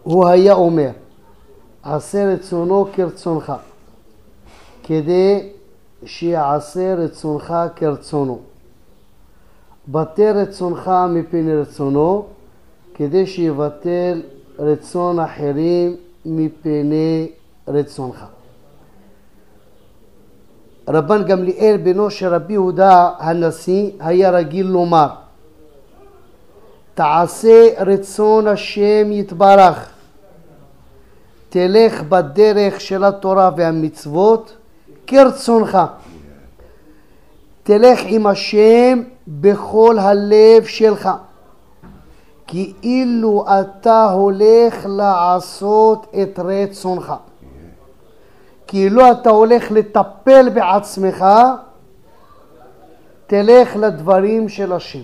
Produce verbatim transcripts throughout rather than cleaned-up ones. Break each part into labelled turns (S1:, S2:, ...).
S1: הוא היה אומר, עשה רצונו כרצונך, כדי שיעשה רצונך כרצונו. בטל רצונך מפני רצונו, כדי שיבטל רצון אחרים מפני רצונך. רבן גמליאל בנו של רבי יהודה הנשיא היה רגיל לומר, תעשה רצון השם יתברך, תלך בדרך של התורה והמצוות כרצונך. תלך עם השם בכל הלב שלך, כאילו אתה הולך לעשות את רצונך. כאילו אתה הולך לטפל בעצמך, תלך לדברים של השם.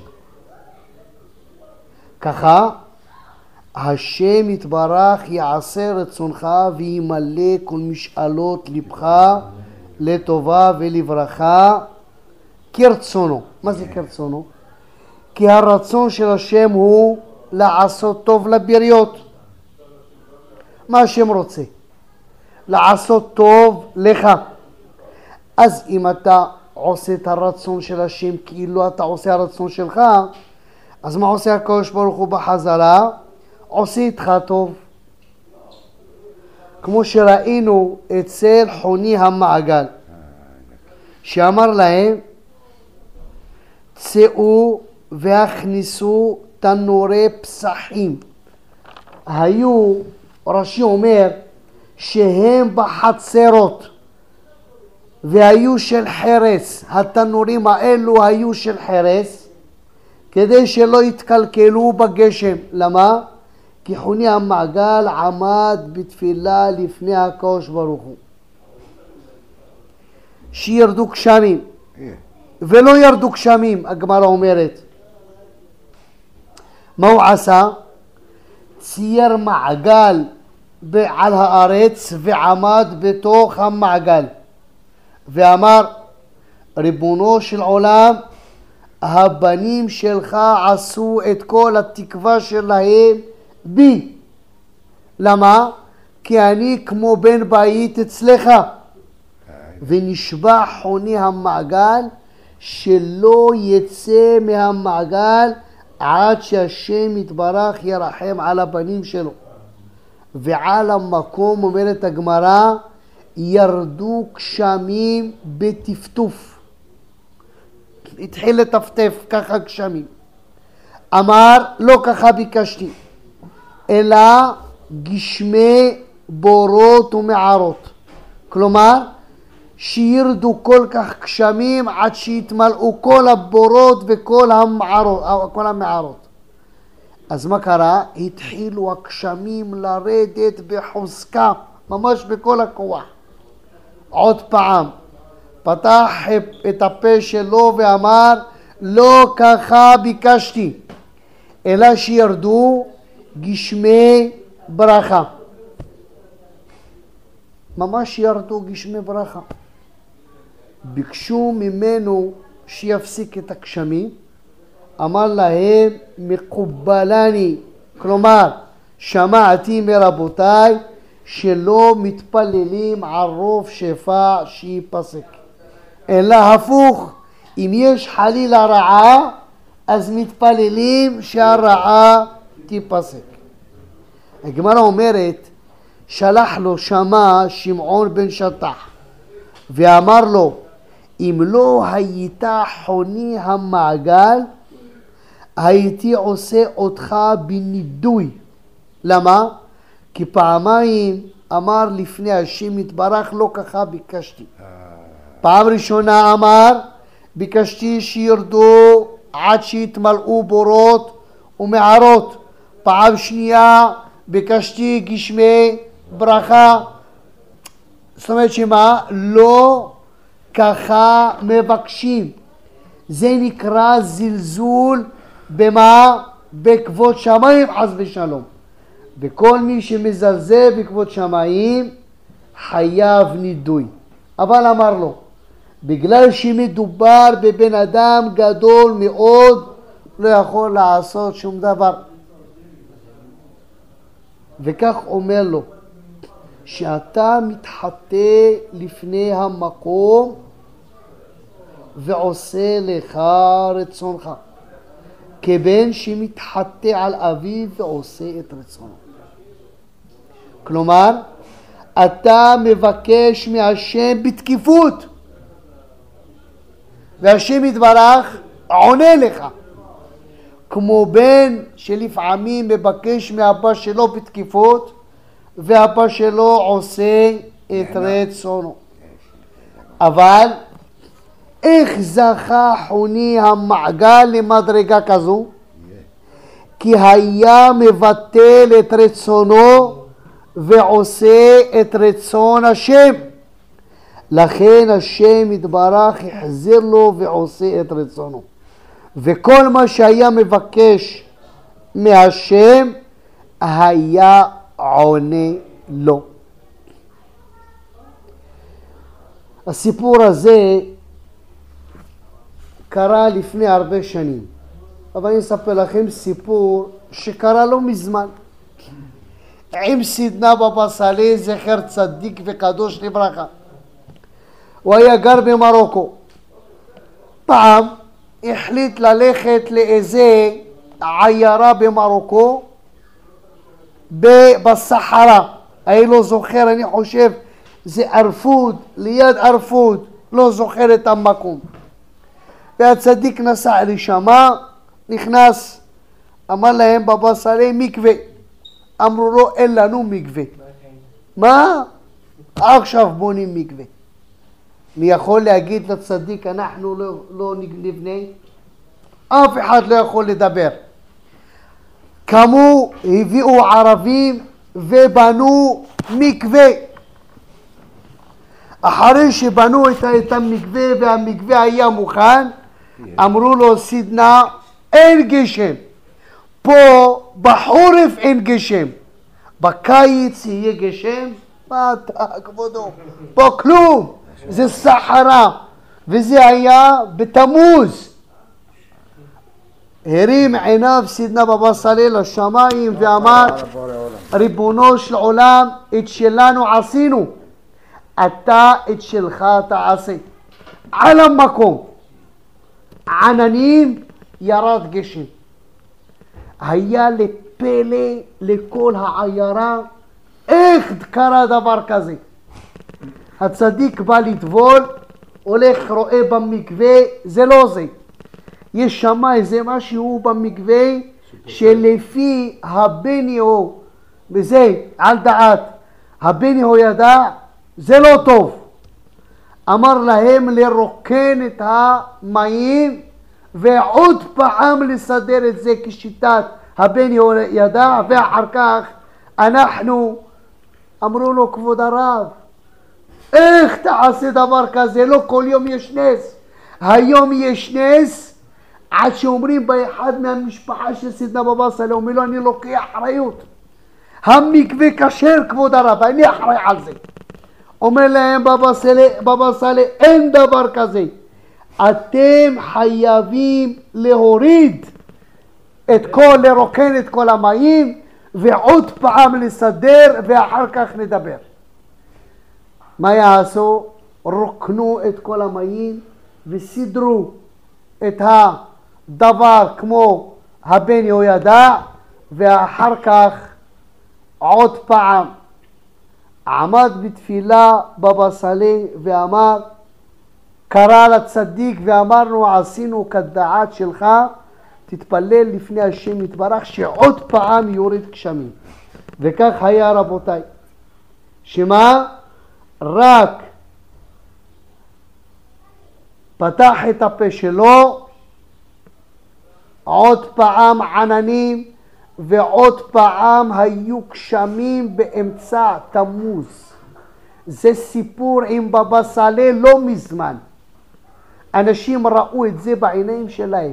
S1: ככה השם יתברך יעשה רצונך וימלא כל משאלות לבך לטובה ולברכה כרצונו. מה זה כרצונו? כי הרצון של השם הוא לעשות טוב לבריות. מה השם רוצה? לעשות טוב לך. אז אם אתה עושה את הרצון של השם כאילו אתה עושה הרצון שלך, אז מה עושה הקדוש ברוך הוא בחזרה? עושה איתך טוב. כמו שראינו אצל חוני המעגל, שאמר להם, צאו והכניסו תנורי פסחים. היו, רש"י אומר, שהם בחצרות והיו של חרס. התנורים האלו היו של חרס כדי שלא יתקלקלו בגשם. למה? כי חוני המעגל עמד בתפילה לפני הקדוש ברוך הוא שירדו גשמים, ולא ירדו גשמים. הגמרא אומרת, מה הוא עשה? צייר מעגל על הארץ ועמד בתוך המעגל ואמר, ריבונו של עולם, הבנים שלך עשו את כל התקווה שלהם בי. למה? כי אני כמו בן בית אצלך. ונשבע חוני המעגל שלא יצא מהמעגל עד שהשם יתברך ירחם על הבנים שלו. ועל המקום, אומרת הגמרא, ירדו גשמים בטפטוף. התחיל לטפטף ככה גשמים. אמר, לא ככה ביקשתי, אלא גשמי בורות ומערות. כלומר, שירדו כל כך גשמים עד שיתמלאו כל הבורות וכל המערות, כל המערות. אז מה קרה? התחילו הגשמים לרדת בחוזקה, ממש בכל הכוח. עוד פעם, פתח את הפה שלו ואמר, לא ככה ביקשתי, אלא שירדו גשמי ברכה. ממש ירדו גשמי ברכה. ביקשו ממנו שיפסיק את הגשמים, אמר להם, מקובלני, כלומר, שמעתי מרבותיי שלא מתפללים על רוב שפע שיפסק, אלא הפוך, אם יש חלילה רעה, אז מתפללים שהרעה תיפסק. הגמרא אומרת, שלח לו שמע שמעון בן שטח ואמר לו, אם לא היית חוני המעגל, הייתי עושה אותך בנידוי. למה? כי פעמיים אמר לפני השם יתברך, לא ככה ביקשתי. פעם ראשונה אמר, ביקשתי שירדו עד שיתמלאו בורות ומערות. פעם שנייה ביקשתי גשמי ברכה. זאת אומרת שמה? לא ככה מבקשים. זה נקרא זלזול במה? בכבוד שמיים, חס ושלום. וכל מי שמזלזל בכבוד שמיים חייב נידוי. אבל אמר לו, בגלל שמדובר בבן אדם גדול מאוד, לא יכול לעשות שום דבר. וכך אומר לו, שאתה מתחטא לפני המקום ועושה לך רצונך, כבן שמתחטא על אביו ועושה את רצונו. כלומר, אתה מבקש מהשם בתקיפות, והשם יתברך עונה לך, כמו בן שלפעמים מבקש מהאבא שלו בתקיפות, והאבא שלו עושה את רצונו. אבל איך זכה חוני המעגל למדרגה כזו? כי היה מבטל את רצונו ועושה את רצון השם. לכן השם יתברך החזיר לו ועושה את רצונו. וכל מה שהיה מבקש מהשם היה עונה לו. הסיפור הזה קרה לפני הרבה שנים, אבל אני אספר לכם סיפור שקרה לא מזמן עם סידנא בבא סאלי, זכר צדיק וקדוש לברכה. הוא היה גר במרוקו. פעם החליט ללכת לאיזה עיירה במרוקו בסחרה. אני לא זוכר, אני חושב זה ערפוד, ליד ערפוד, לא זוכר את המקום. והצדיק נסע לשמה, נכנס, אמר להם בבא סאלי מקווה. אמרו לו, אין לנו מקווה. מה? עכשיו בונים מקווה. מי יכול להגיד לצדיק, אנחנו לא, לא נבנה? אף אחד לא יכול לדבר. קמו, הביאו ערבים ובנו מקווה. אחרי שבנו את, את המקווה והמקווה היה מוכן, אמרו לו, סידנא, אין גשם. פה בחורף אין גשם, בקיץ יהיה גשם? מה אתה כבודו? פה כלום, זה סחרה. וזה היה בתמוז. הרים עיניו סידנא בבא סאלי לשמיים ואמר, ריבונו של עולם, את שלנו עשינו, אתה את שלך תעשה. על המקום עננים, ירד גשם. היה לפלא לכל העיירה, איך קרה דבר כזה? הצדיק בא לטבול, הולך רואה במקווה, זה לא זה. יש שם איזה משהו במקווה שלפי הבניהו, וזה על דעת הבניהו ידע, זה לא טוב. אמר להם לרוקן את המים ועוד פעם לסדר את זה כשיטת הבניהו ידע, ואחר כך אנחנו, אמרו לו, כבוד הרב, איך תעשה דבר כזה? לא כל יום יש נס. היום יש נס, עד שאומרים באחד מהמשפחה של סידנא בבא סאלי, אומר לו, אני לוקח אחריות, המקווה כשר כבוד הרב, אני אחראי על זה. אומר להם בבא סאלי, בבא סאלי, אין דבר כזה, אתם חייבים להוריד את כל, לרוקן את כל המים ועוד פעם לסדר ואחר כך נדבר. מה יעשו? רוקנו את כל המים וסידרו את הדבר כמו הבניהו ידע, ואחר כך עוד פעם עמד בתפילה בבא סאלי ואמר, קרא לצדיק ואמרנו, עשינו כדעת שלך, תתפלל לפני השם יתברך שעוד פעם יוריד גשמים. וכך היה רבותיי, שמה? רק פתח את הפה שלו, עוד פעם עננים, ועוד פעם היו גשמים באמצע תמוז. זה סיפור עם בבא סאלי לא מזמן. אנשים ראו את זה בעיניים שלהם.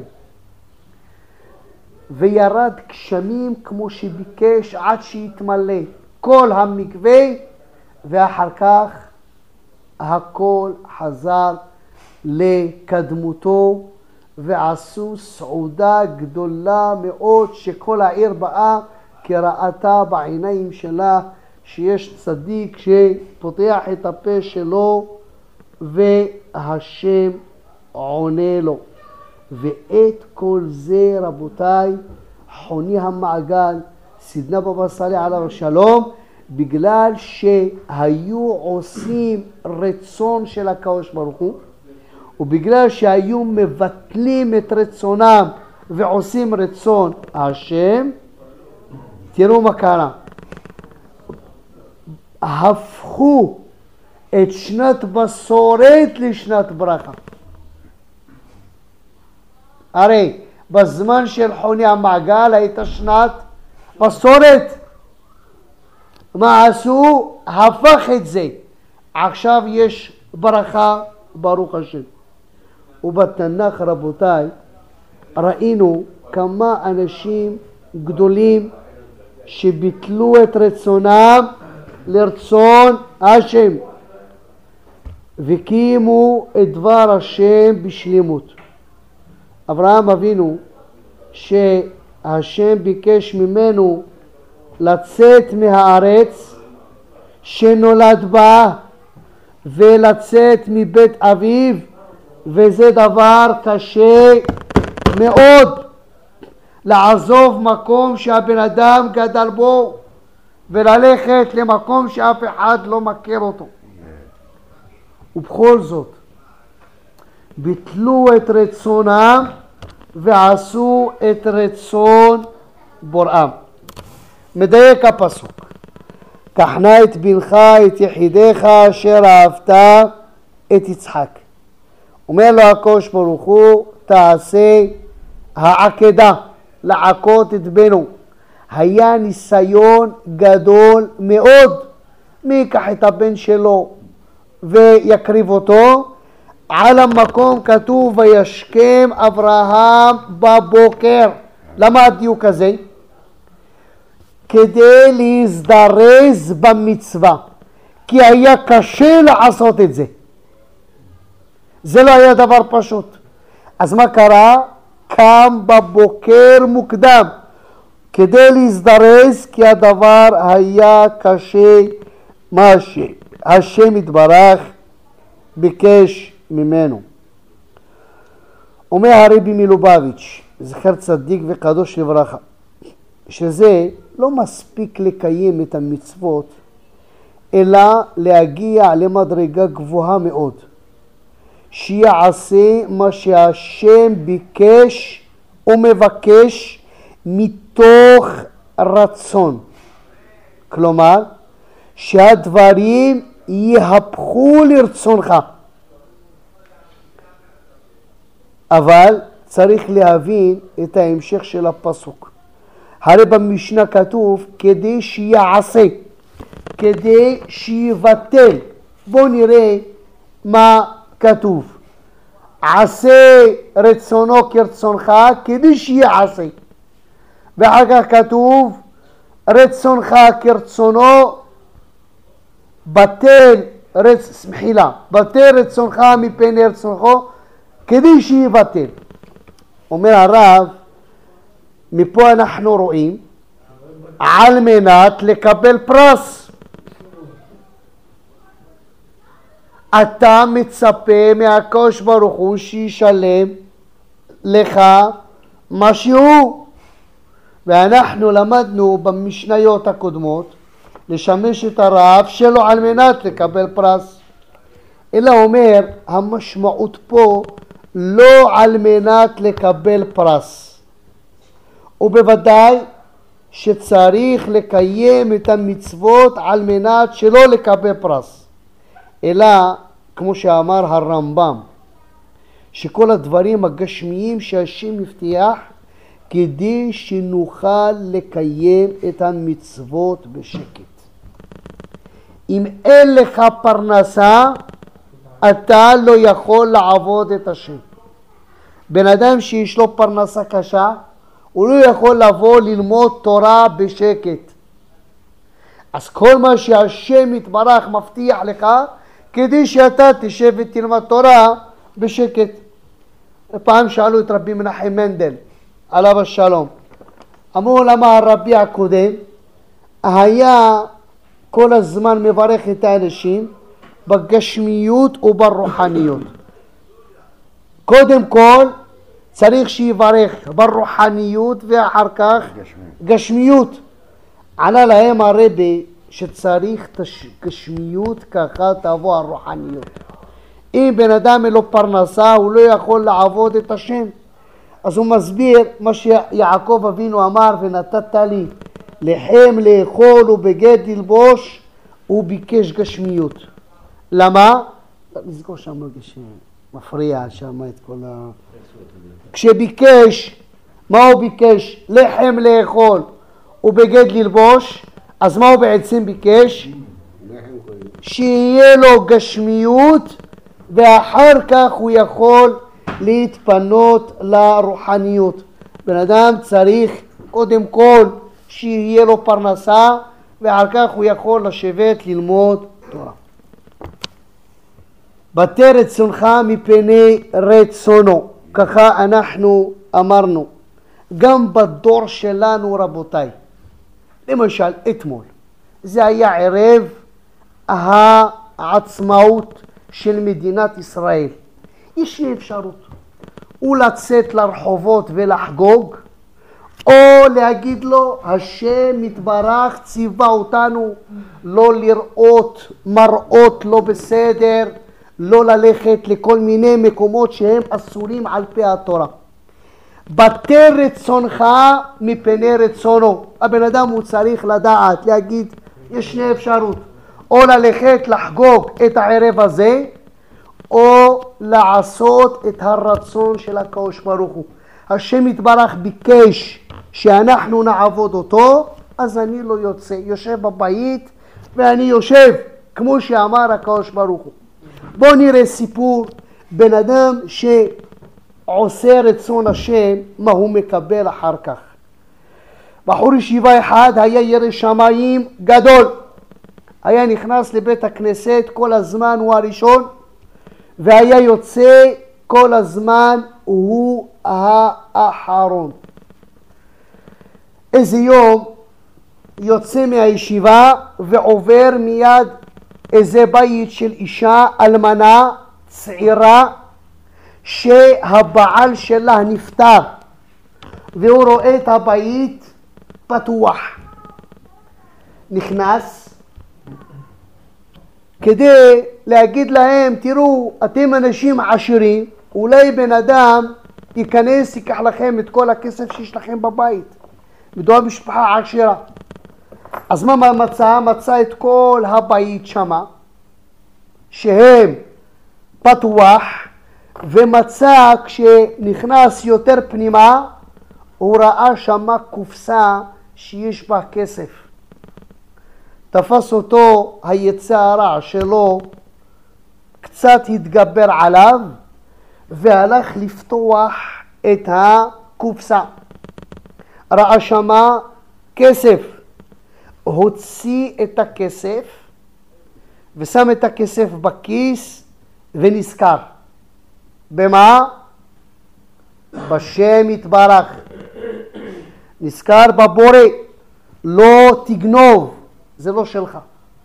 S1: וירד גשמים כמו שביקש עד שיתמלא כל המקווה, ואחר כך הכל חזר לקדמותו, ועשו סעודה גדולה מאוד שכל העיר באה כי ראתה בעיניים שלה שיש צדיק שפותח את הפה שלו והשם עונה לו. ואת כל זה רבותיי חוני המעגל סידנא בבא סאלי עליו השלום, בגלל שהיו עושים רצון של הקדוש ברוך הוא, ובגלל שהיו מבטלים את רצונם ועושים רצון השם. תראו מה קרה, הפכו את שנת בשורת לשנת ברכה. הרי בזמן של חוני המעגל הייתה שנת בשורת, מה עשו? הפך את זה, עכשיו יש ברכה ברוך השם. ובתנ"ך רבותיי ראינו כמה אנשים גדולים שביטלו את רצונם לרצון השם וקיימו את דבר השם בשלמות. אברהם אבינו שהשם ביקש ממנו לצאת מהארץ שנולד בה ולצאת מבית אביו, וזה דבר קשה מאוד לעזוב מקום שהבן אדם גדל בו וללכת למקום שאף אחד לא מכיר אותו. ובכל זאת ביטלו את רצונם ועשו את רצון בוראם. מדייק הפסוק, קח נא את בנך את יחידך אשר אהבת את יצחק. אומר לו הקדוש ברוך הוא תעשה העקדה, לעקות את בנו. היה ניסיון גדול מאוד, מי ייקח את הבן שלו ויקריב אותו? על המקום כתוב וישכם אברהם בבוקר. למה הדיוק הזה? כדי להזדרז במצווה, כי היה קשה לעשות את זה, זה לא היה דבר פשוט. אז מה קרה? קם בבוקר מוקדם כדי להזדרז, כי הדבר היה קשה, מה השם יתברך ביקש ממנו. אומר הרבי מלובביץ' זכר צדיק וקדוש לברכה, שזה לא מספיק לקיים את המצוות, אלא להגיע למדרגה גבוהה מאוד, שיעשה מה שהשם ביקש ומבקש מתוך רצון. כלומר, שהדברים יהפכו לרצונך. אבל צריך להבין את ההמשך של הפסוק. הרי במשנה כתוב כדי שיעשה, כדי שיבטל. בואו נראה מה כתוב. עשה רצונו כרצונך כדי שיעשה. ואחר כך כתוב רצונך כרצונו, בטל רצ... מחילה, בטל רצונך מפני רצונך כדי שיבטל. אומר הרב, מפה אנחנו רואים על מנת לקבל פרס. אתה מצפה מהקדוש ברוך הוא שישלם לך משהו. ואנחנו למדנו במשניות הקודמות לשמש את הרב שלו על מנת לקבל פרס. אלא אומר המשמעות פה לא על מנת לקבל פרס, ובוודאי שצריך לקיים את המצוות על מנת שלא לקבל פרס, אלא כמו שאמר הרמב"ם, שכל הדברים הגשמיים שהשם מבטיח כדי שנוכל לקיים את המצוות בשקט. אם אין לך פרנסה, אתה לא יכול לעבוד את השם. בן אדם שיש לו פרנסה קשה, הוא לא יכול לבוא ללמוד תורה בשקט. אז כל מה שהשם יתברך מבטיח לך, כדי שאתה תשב ותלמד תורה בשקט. פעם שאלו את רבי מנחם מנדל, עליו השלום, אמרו למה הרבי הקודם היה כל הזמן מברך את האנשים בגשמיות וברוחניות. קודם כל צריך שיברך ברוחניות ואחר כך גשמיות. ענה להם הרבי שצריך גשמיות ככה תבוא הרוחניות. אם בן אדם אין לו פרנסה הוא לא יכול לעבוד את השם. אז הוא מסביר מה שיעקב אבינו אמר, ונתת לי לחם לאכול ובגד ללבוש, הוא ביקש גשמיות. למה? נזכור שם רגע שמפריע שם את כל ה... כשביקש, מה הוא ביקש? לחם לאכול ובגד ללבוש, אז מה הוא בעצם ביקש? שיהיה לו גשמיות ואחר כך הוא יכול להתפנות לרוחניות. בן אדם צריך קודם כל שיהיה לו פרנסה ואחר כך הוא יכול לשבת ללמוד תורה. בטל רצונך מפני רצונו, ככה אנחנו אמרנו. גם בדור שלנו רבותיי, למשל אתמול, זה היה ערב העצמאות של מדינת ישראל. יש לי אפשרות או לצאת לרחובות ולחגוג, או להגיד לו השם יתברך ציווה אותנו לא לראות מראות לא בסדר, לא ללכת לכל מיני מקומות שהם אסורים על פי התורה. בטל רצונך מפני רצונו. הבן אדם הוא צריך לדעת להגיד יש שני אפשרות, או ללכת לחגוג את הערב הזה או לעשות את הרצון של הקדוש ברוך הוא. השם יתברך ביקש שאנחנו נעבוד אותו, אז אני לא יוצא, יושב בבית ואני יושב כמו שאמר הקדוש ברוך הוא. בואו נראה סיפור בן אדם שעושה רצון השם, מה הוא מקבל אחר כך. בחור ישיבה אחד היה ירא שמיים גדול, היה נכנס לבית הכנסת כל הזמן, הוא הראשון, והיה יוצא כל הזמן הוא האחרון. איזה יום יוצא מהישיבה ועובר מיד איזה בית של אישה אלמנה צעירה שהבעל שלה נפטר, והוא רואה את הבית פתוח. נכנס כדי להגיד להם, תראו, אתם אנשים עשירים, אולי בן אדם ייכנס, ייקח לכם את כל הכסף שיש לכם בבית. מדובר משפחה עשירה. אז מה מצא? מצא את כל הבית שמה, שהם פתוח, ומצא כשנכנס יותר פנימה, הוא ראה שמה קופסה שיש בה כסף. תפס אותו היצע הרע שלו, קצת התגבר עליו, והלך לפתוח את הקופסה. ראה שמה כסף, הוציא את הכסף ושם את הכסף בכיס ונזכר. במה? בשם יתברך. נזכר בבורא, לא תגנוב, זה לא שלך.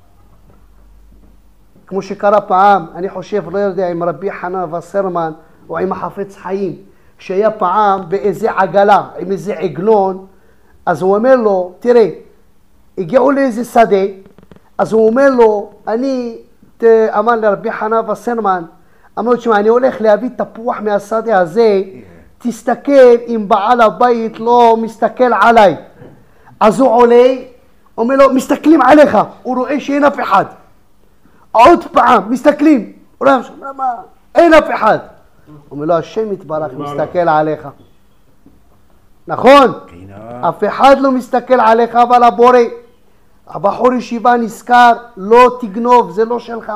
S1: כמו שקרה פעם, אני חושב, לא יודע אם רבי חנן וסרמן או עם החפץ חיים, שהיה פעם באיזה עגלה עם איזה עגלון, אז הוא אומר לו, תראה, הגיעו לאיזה שדה, אז הוא אומר לו, אני, אמר לרבי חנן וסרמן, אמר לו, תשמע, אני הולך להביא תפוח מהשדה הזה, תסתכל אם בעל הבית לא מסתכל עליי. אז הוא עולה, אומר לו, מסתכלים עליך, הוא רואה שאין אף אחד. עוד פעם, מסתכלים, הוא רואה, מה? אין אף אחד. אומר לו, השם יתברך מסתכל עליך. נכון? אף אחד לא מסתכל עליך, אבל הבורא. הבחור ישיבה נזכר, לא תגנוב, זה לא שלך.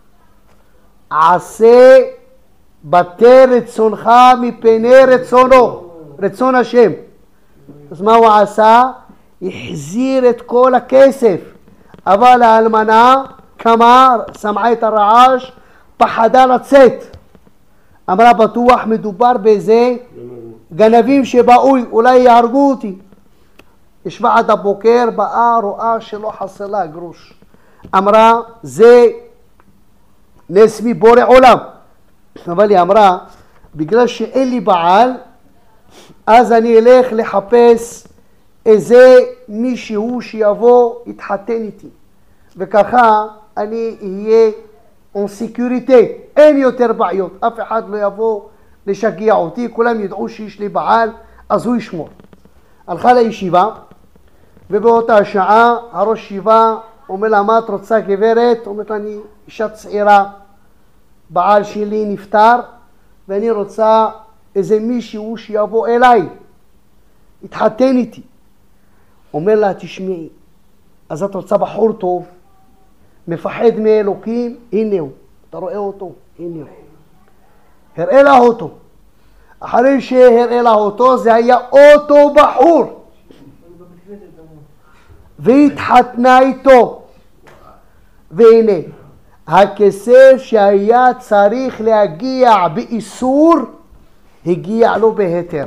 S1: עשה בטל רצונך מפני רצונו, רצון השם. אז מה הוא עשה? החזיר את כל הכסף, אבל האלמנה כמה שמעה את הרעש, פחדה לצאת. אמרה, בטוח מדובר באיזה גנבים שבאו, אולי יהרגו אותי. ישבה עד הבוקר, באה, רואה שלא חסר לה גרוש. אמרה, זה נס מבורא עולם. אבל היא אמרה, בגלל שאין לי בעל, אז אני אלך לחפש איזה מישהו שיבוא, יתחתן איתי. וככה אני אהיה en sécurité, אין יותר בעיות, אף אחד לא יבוא לשגע אותי, כולם ידעו שיש לי בעל, אז הוא ישמור. הלכה לישיבה, ובאותה השעה הראש ישיבה אומר לה, מה את רוצה גברת? אומרת לה, אני אישה צעירה, בעל שלי נפטר, ואני רוצה איזה מישהו שיבוא אליי, יתחתן איתי. אומר לה, תשמעי, אז את רוצה בחור טוב, מפחד מאלוקים, הנה הוא, אתה רואה אותו, הנה הוא. הראה לה אותו. אחרי שהראה לה אותו, זה היה אותו בחור. והתחתנה איתו. והנה, הכסף שהיה צריך להגיע באיסור, הגיע לו בהיתר.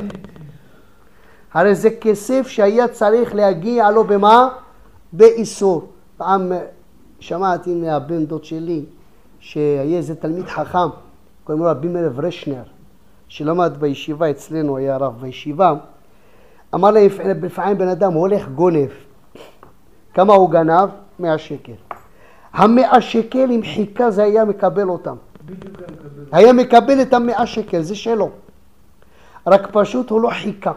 S1: הרי זה כסף שהיה צריך להגיע לו במה? באיסור. פעם שמעתי מהבן דוד שלי שהיה איזה תלמיד חכם, קוראים לו רבי מאיר ורשנר, שלמד בישיבה אצלנו, היה רב בישיבה. אמר לי, לפעמים בן אדם הולך גונב. כמה הוא גנב? מאה שקל. המאה שקל עם חיכה זה היה מקבל אותם. היה מקבל את המאה שקל, זה שלו. רק פשוט הוא לא חיכה.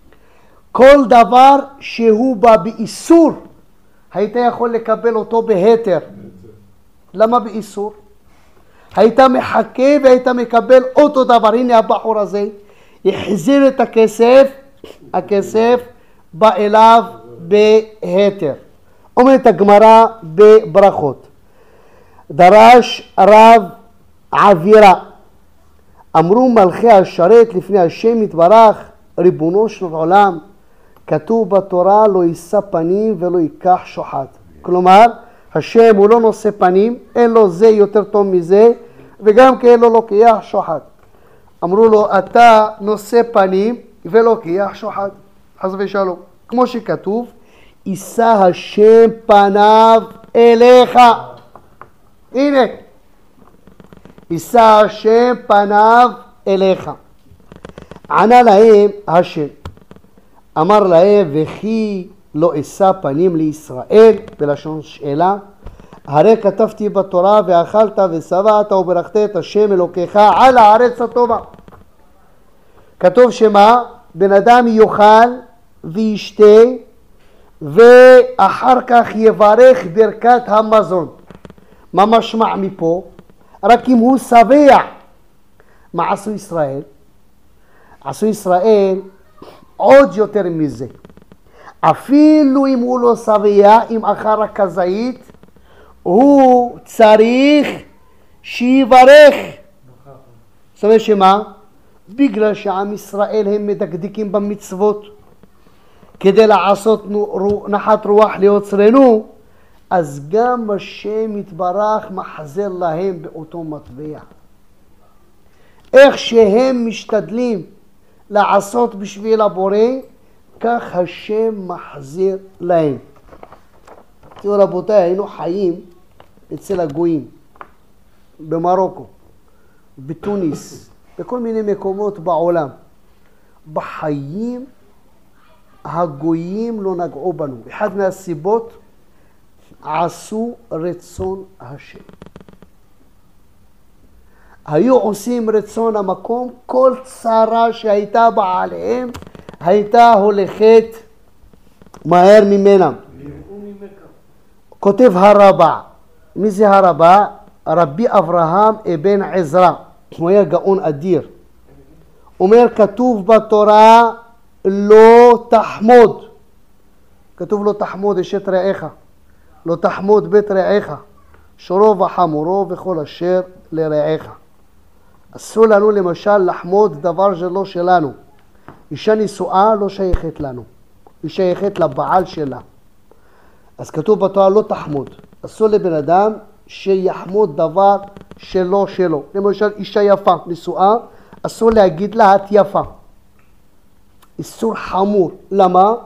S1: כל דבר שהוא בא באיסור, היית יכול לקבל אותו בהיתר. למה באיסור? היית מחכה והיית מקבל אותו דבר. הנה הבחור הזה יחזיר את הכסף, הכסף בא אליו בהיתר. אומרת הגמרא בברכות, דרש רב עבירה, אמרו מלכי השרת לפני השם יתברך, ריבונו של עולם, כתוב בתורה לא יישא פנים ולא ייקח שוחד. כלומר, השם הוא לא נושא פנים, אין לו זה יותר טוב מזה, וגם כן לא לוקח שוחד. אמרו לו, אתה נושא פנים ולא לוקח שוחד. חס ושלום. כמו שכתוב, יישא השם פניו אליך. הנה, יישא השם פניו אליך. ענה להם השם. אמר להם, וכי לא אשא פנים לישראל, בלשון שאלה, הרי כתבתי בתורה, ואכלת ושבעת וברכת את השם אלוקיך על הארץ הטובה. כתוב שמה? בן אדם יאכל וישתה, ואחר כך יברך ברכת המזון. מה משמע מפה? רק אם הוא שבע. מה עשו ישראל? עשו ישראל עוד יותר מזה. אפילו אם הוא לא שבע, אם אחר הכזית, הוא צריך שיברך. זאת אומרת שמה? בגלל שעם ישראל הם מדקדקים במצוות, כדי לעשות נחת רוח ליוצרנו, אז גם השם יתברך מחזר להם באותו מטבע. איך שהם משתדלים לעשות בשביל הבורא, כך השם מחזיר להם. תראו רבותיי, היינו חיים אצל הגויים, במרוקו, בתוניס, בכל מיני מקומות בעולם. בחיים הגויים לא נגעו בנו. אחד מהסיבות, עשו רצון השם. היו עושים רצון המקום, כל צרה שהייתה בעליהם, הייתה הולכת מהר ממנה. כותב הרבה. מי זה הרבה? רבי אברהם אבן עזרא. הוא היה גאון אדיר. אומר, כתוב בתורה, לא תחמוד. כתוב לא תחמוד אשת רעך. לא תחמוד בית רעך. שורו וחמורו וכל אשר לרעך. אסור לנו למשל לחמוד דבר שלא שלנו. אישה נשואה לא שייכת לנו. היא שייכת לבעל שלה. אז כתוב בתורה לא תחמוד. אסור לבן אדם שיחמוד דבר שלא שלו. למשל אישה יפה נשואה, אסור להגיד לה את יפה. איסור חמור. למה?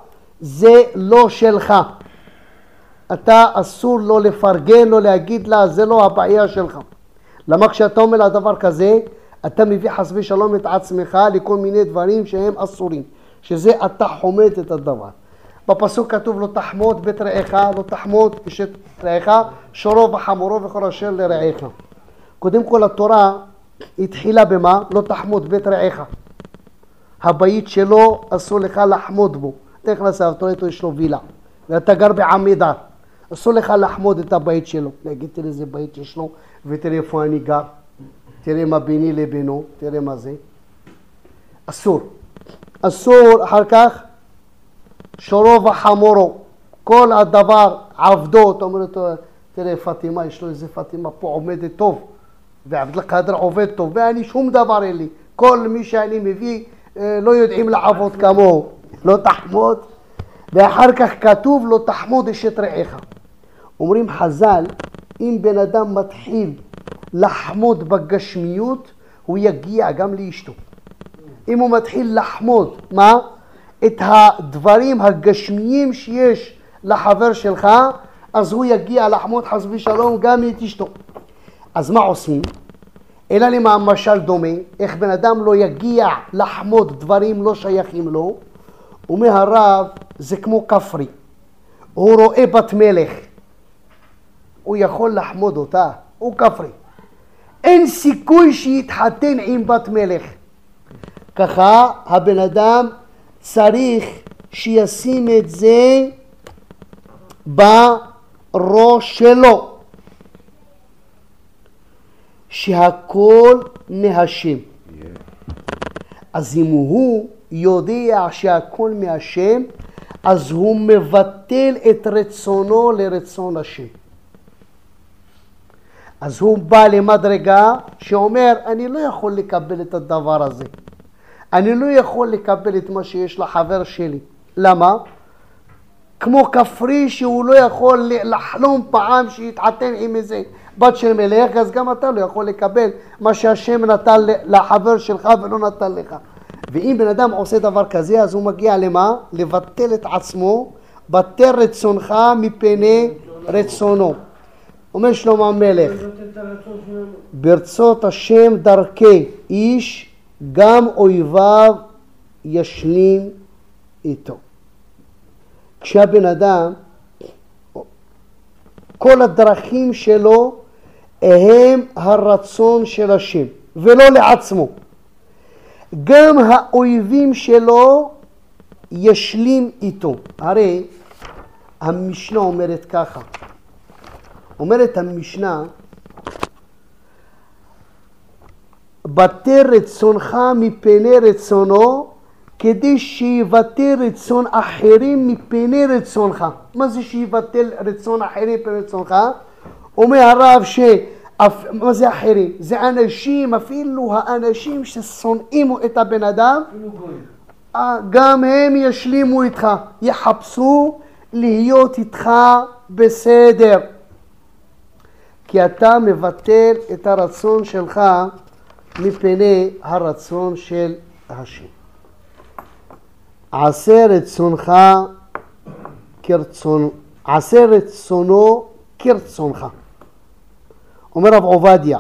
S1: זה לא שלך. אתה אסור לו לפרגן, לא להגיד לה, זה לא הבעיה שלך. למה כשאתה אומר לה דבר כזה, אתה מביא חס ושלום את עצמך לכל מיני דברים שהם אסורים. שזה אתה חומד את הדבר. בפסוק כתוב לא תחמוד בית רעך, לא תחמוד אשת רעך, שורו וחמורו וכל אשר לרעך. קודם כל התורה התחילה במה? לא תחמוד בית רעך. הבית שלו אסור לך לחמוד בו. אתה נכנס לאתו איתו יש לו וילה. ואתה גר בעמידה. אסור לך לחמוד את הבית שלו. להגיד תראה איזה בית יש לו ותראה איפה אני גר. תראה מה ביני לבינו. תראה מה זה. אסור. אסור אחר כך שורו וחמורו. כל הדבר עבדו. אתה אומר אותו תראה פטימה יש לו איזה פטימה פה עומדת טוב. ועבד לקדר עובד טוב. ואני שום דבר אין לי. כל מי שאני מביא לא יודעים לעבוד כמוהו. לא תחמוד. ואחר כך כתוב לא תחמוד אשת רעך. אומרים חז"ל, אם בן אדם מתחיל לחמוד בגשמיות, הוא יגיע גם לאשתו. אם הוא מתחיל לחמוד, מה? את הדברים הגשמיים שיש לחבר שלך, אז הוא יגיע לחמוד חס ושלום גם את אשתו. אז מה עושים? אלא למה המשל דומה, איך בן אדם לא יגיע לחמוד דברים לא שייכים לו, אומר הרב, זה כמו כפרי. הוא רואה בת מלך. הוא יכול לחמוד אותה. הוא כפרי. אין סיכוי שיתחתן עם בת מלך. ככה הבן אדם צריך שישים את זה בראש שלו. שהכל מהשם. אז אם הוא יודע שהכל מהשם, אז הוא מבטל את רצונו לרצון השם. אז הוא בא למדרגה שאומר, אני לא יכול לקבל את הדבר הזה. אני לא יכול לקבל את מה שיש לחבר שלי. למה? כמו כפרי שהוא לא יכול לחלום פעם שיתחתן עם איזה בת של מלך, אז גם אתה לא יכול לקבל מה שהשם נתן לחבר שלך ולא נתן לך. ואם בן אדם עושה דבר כזה, אז הוא מגיע למה? לבטל את עצמו, בטל רצונך מפני רצונו. אומר שלמה המלך, ברצות השם דרכי איש, גם אויביו ישלים איתו. כשהבן אדם, כל הדרכים שלו הם הרצון של השם, ולא לעצמו. גם האויבים שלו ישלים איתו. הרי המשנה אומרת ככה. אומרת המשנה, בטל רצונך מפני רצונו, כדי שיבטל רצון אחרים מפני רצונך. מה זה שיבטל רצון אחרים מפני רצונך? אומר הרב ש... מה זה אחרים? זה אנשים, אפילו האנשים ששונאים את הבן אדם, גם הם ישלימו איתך, יחפשו להיות איתך בסדר. כי אתה מבטל את הרצון שלך מפני הרצון של השם. עשה רצונך כרצון, עשה רצונו כרצונך. אומר רב עובדיה,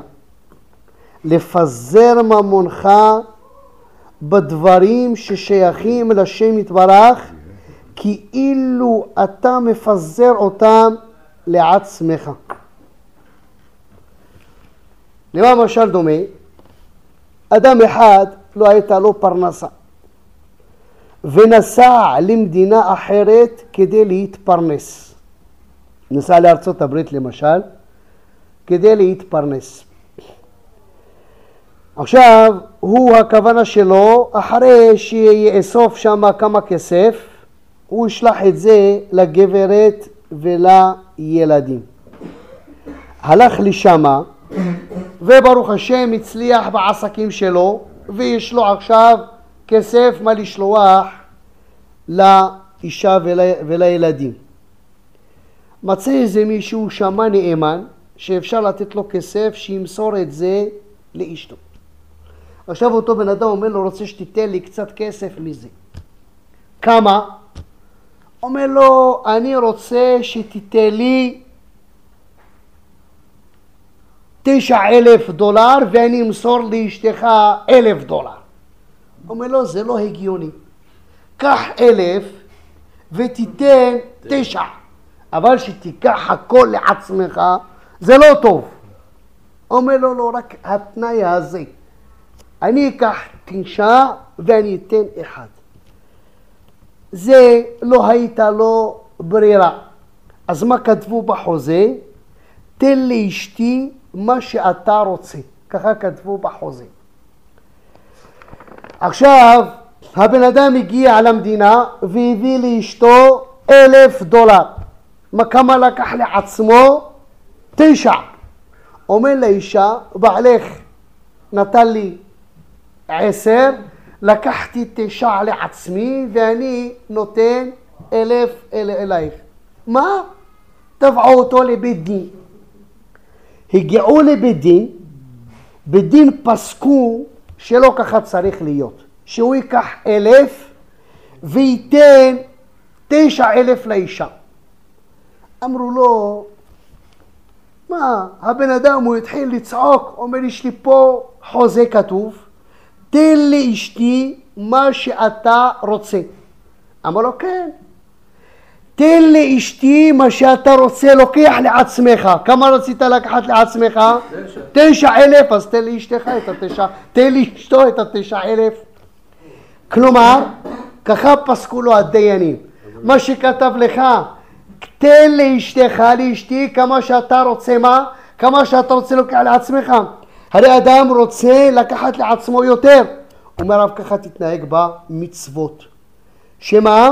S1: לפזר ממונך בדברים ששייכים לשם יתברך, כאילו אתה מפזר אותם לעצמך. למה משל דומה? אדם אחד לא הייתה לו פרנסה, ונסע למדינה אחרת כדי להתפרנס. נסע לארצות הברית למשל, כדי להתפרנס. עכשיו, הוא הכוונה שלו, אחרי שיאסוף שם כמה כסף, הוא ישלח את זה לגברת ולילדים. הלך לשמה, וברוך השם הצליח בעסקים שלו, ויש לו עכשיו כסף מה לשלוח לאישה ול, ולילדים. מצא איזה מישהו שמה נאמן, שאפשר לתת לו כסף שימסור את זה לאשתו. עכשיו אותו בן אדם אומר לו, רוצה שתיתן לי קצת כסף מזה. כמה? אומר לו, אני רוצה שתיתן לי תשע אלף דולר ואני אמסור לאשתך אלף דולר. אומר לו, זה לא הגיוני. קח אלף ותיתן תשע, אבל שתיקח הכל לעצמך, זה לא טוב. אומר לו, לא, רק התנאי הזה. אני אקח תשע ואני אתן אחד. זה לא הייתה לו ברירה. אז מה כתבו בחוזה? תן לאשתי מה שאתה רוצה. ככה כתבו בחוזה. עכשיו, הבן אדם הגיע למדינה והביא לאשתו אלף דולר. מה כמה לקח לעצמו? תשע. אומר לאישה, בעלך נתן לי עשר, לקחתי תשע לעצמי ואני נותן אלף אל אלייך. מה? תבעו אותו לבית דין. הגיעו לבית דין, בית דין פסקו שלא ככה צריך להיות. שהוא ייקח אלף וייתן תשע אלף לאישה. אמרו לו, מה? הבן אדם הוא התחיל לצעוק, אומר, יש לי פה חוזה כתוב, תן לאשתי מה שאתה רוצה. אמר לו, כן. תן לאשתי מה שאתה רוצה, לוקח לעצמך. כמה רצית לקחת לעצמך? תשע. תשע אלף, אז תן לאשתך את התשע, תן לאשתו את התשע אלף. כלומר, ככה פסקו לו הדיינים. מה שכתב לך, תן לאשתך, לאשתי, כמה שאתה רוצה, מה? כמה שאתה רוצה לוקח לעצמך. הרי אדם רוצה לקחת לעצמו יותר. אומר רב, ככה תתנהג במצוות. שמה?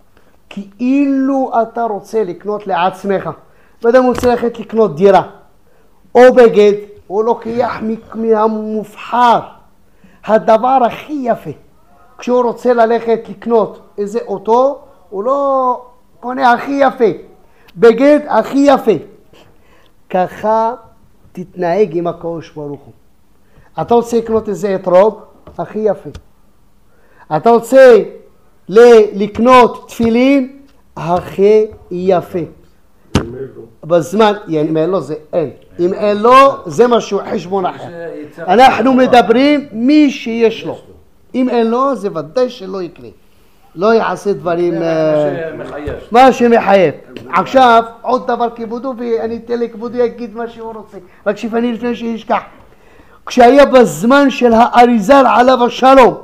S1: כאילו אתה רוצה לקנות לעצמך. ואדם רוצה ללכת לקנות דירה או בגד, הוא לוקח מהמובחר, הדבר הכי יפה. כשהוא רוצה ללכת לקנות איזה אוטו, הוא לא קונה הכי יפה, בגד הכי יפה. ככה תתנהג עם הקדוש ברוך הוא. אתה רוצה לקנות איזה אתרוג הכי יפה. אתה רוצה לקנות תפילין הכי יפה. בזמן, אם אין לו זה אין. אם אין לו זה משהו חשבון אחר. אנחנו מדברים מי שיש לו. אם אין לו זה ודאי שלא יקרה. לא יעשה דברים מה שמחייב. עכשיו עוד דבר כיבודו, ואני אתן לכיבודו יגיד מה שהוא רוצה. רק שפני לפני שישכח. כשהיה בזמן של האריזל עליו השלום,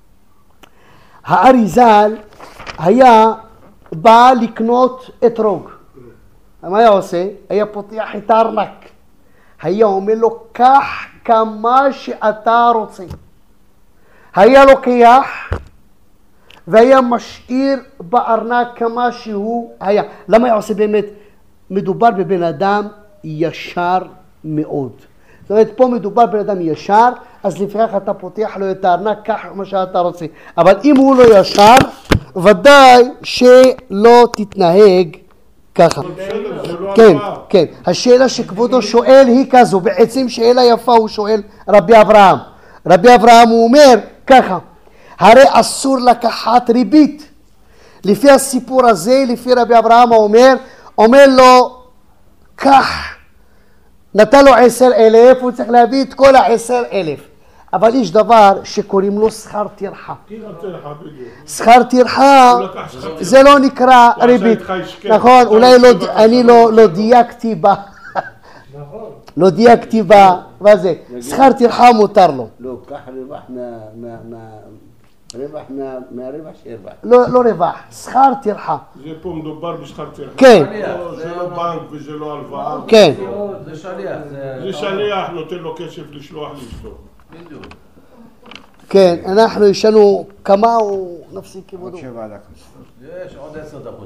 S1: האריזל היה בא לקנות אתרוג. מה היה עושה? היה פותח את הארנק. היה אומר לו, קח כמה שאתה רוצה. היה לוקח והיה משאיר בארנק כמה שהוא היה. למה היה עושה באמת? מדובר בבן אדם ישר מאוד. זאת אומרת, פה מדובר בבן אדם ישר, אז לפעמים אתה פותח לו את הארנק, קח מה שאתה רוצה. אבל אם הוא לא ישר, ודאי שלא תתנהג ככה. כן, כן. השאלה שכבודו שואל היא כזו, בעצם שאלה יפה הוא שואל רבי אברהם. רבי אברהם הוא אומר ככה, הרי אסור לקחת ריבית. לפי הסיפור הזה, לפי רבי אברהם הוא אומר, אומר לו, קח, נתן לו עשר אלף, הוא צריך להביא את כל העשר אלף. אבל יש דבר שקוראים לו שכר טרחה. שכר טרחה זה לא נקרא ריבית. נכון, אולי אני לא דייקתי בה. לא דייקתי בה, מה זה? שכר טרחה מותר לו.
S2: לא, קח רווח רווח מהרווח שהרווח.
S1: לא רווח, שכר טרחה.
S3: זה פה מדובר בשכר טרחה.
S1: כן.
S3: זה לא בנק וזה לא הלוואה.
S1: כן.
S4: זה שליח.
S3: זה שליח, נותן לו כסף לשלוח לאשתו.
S4: בדיוק.
S1: כן, אנחנו יש לנו כמה או נפסיק כיבודו?
S2: עוד שבע דקות.
S4: יש עוד עשר דקות.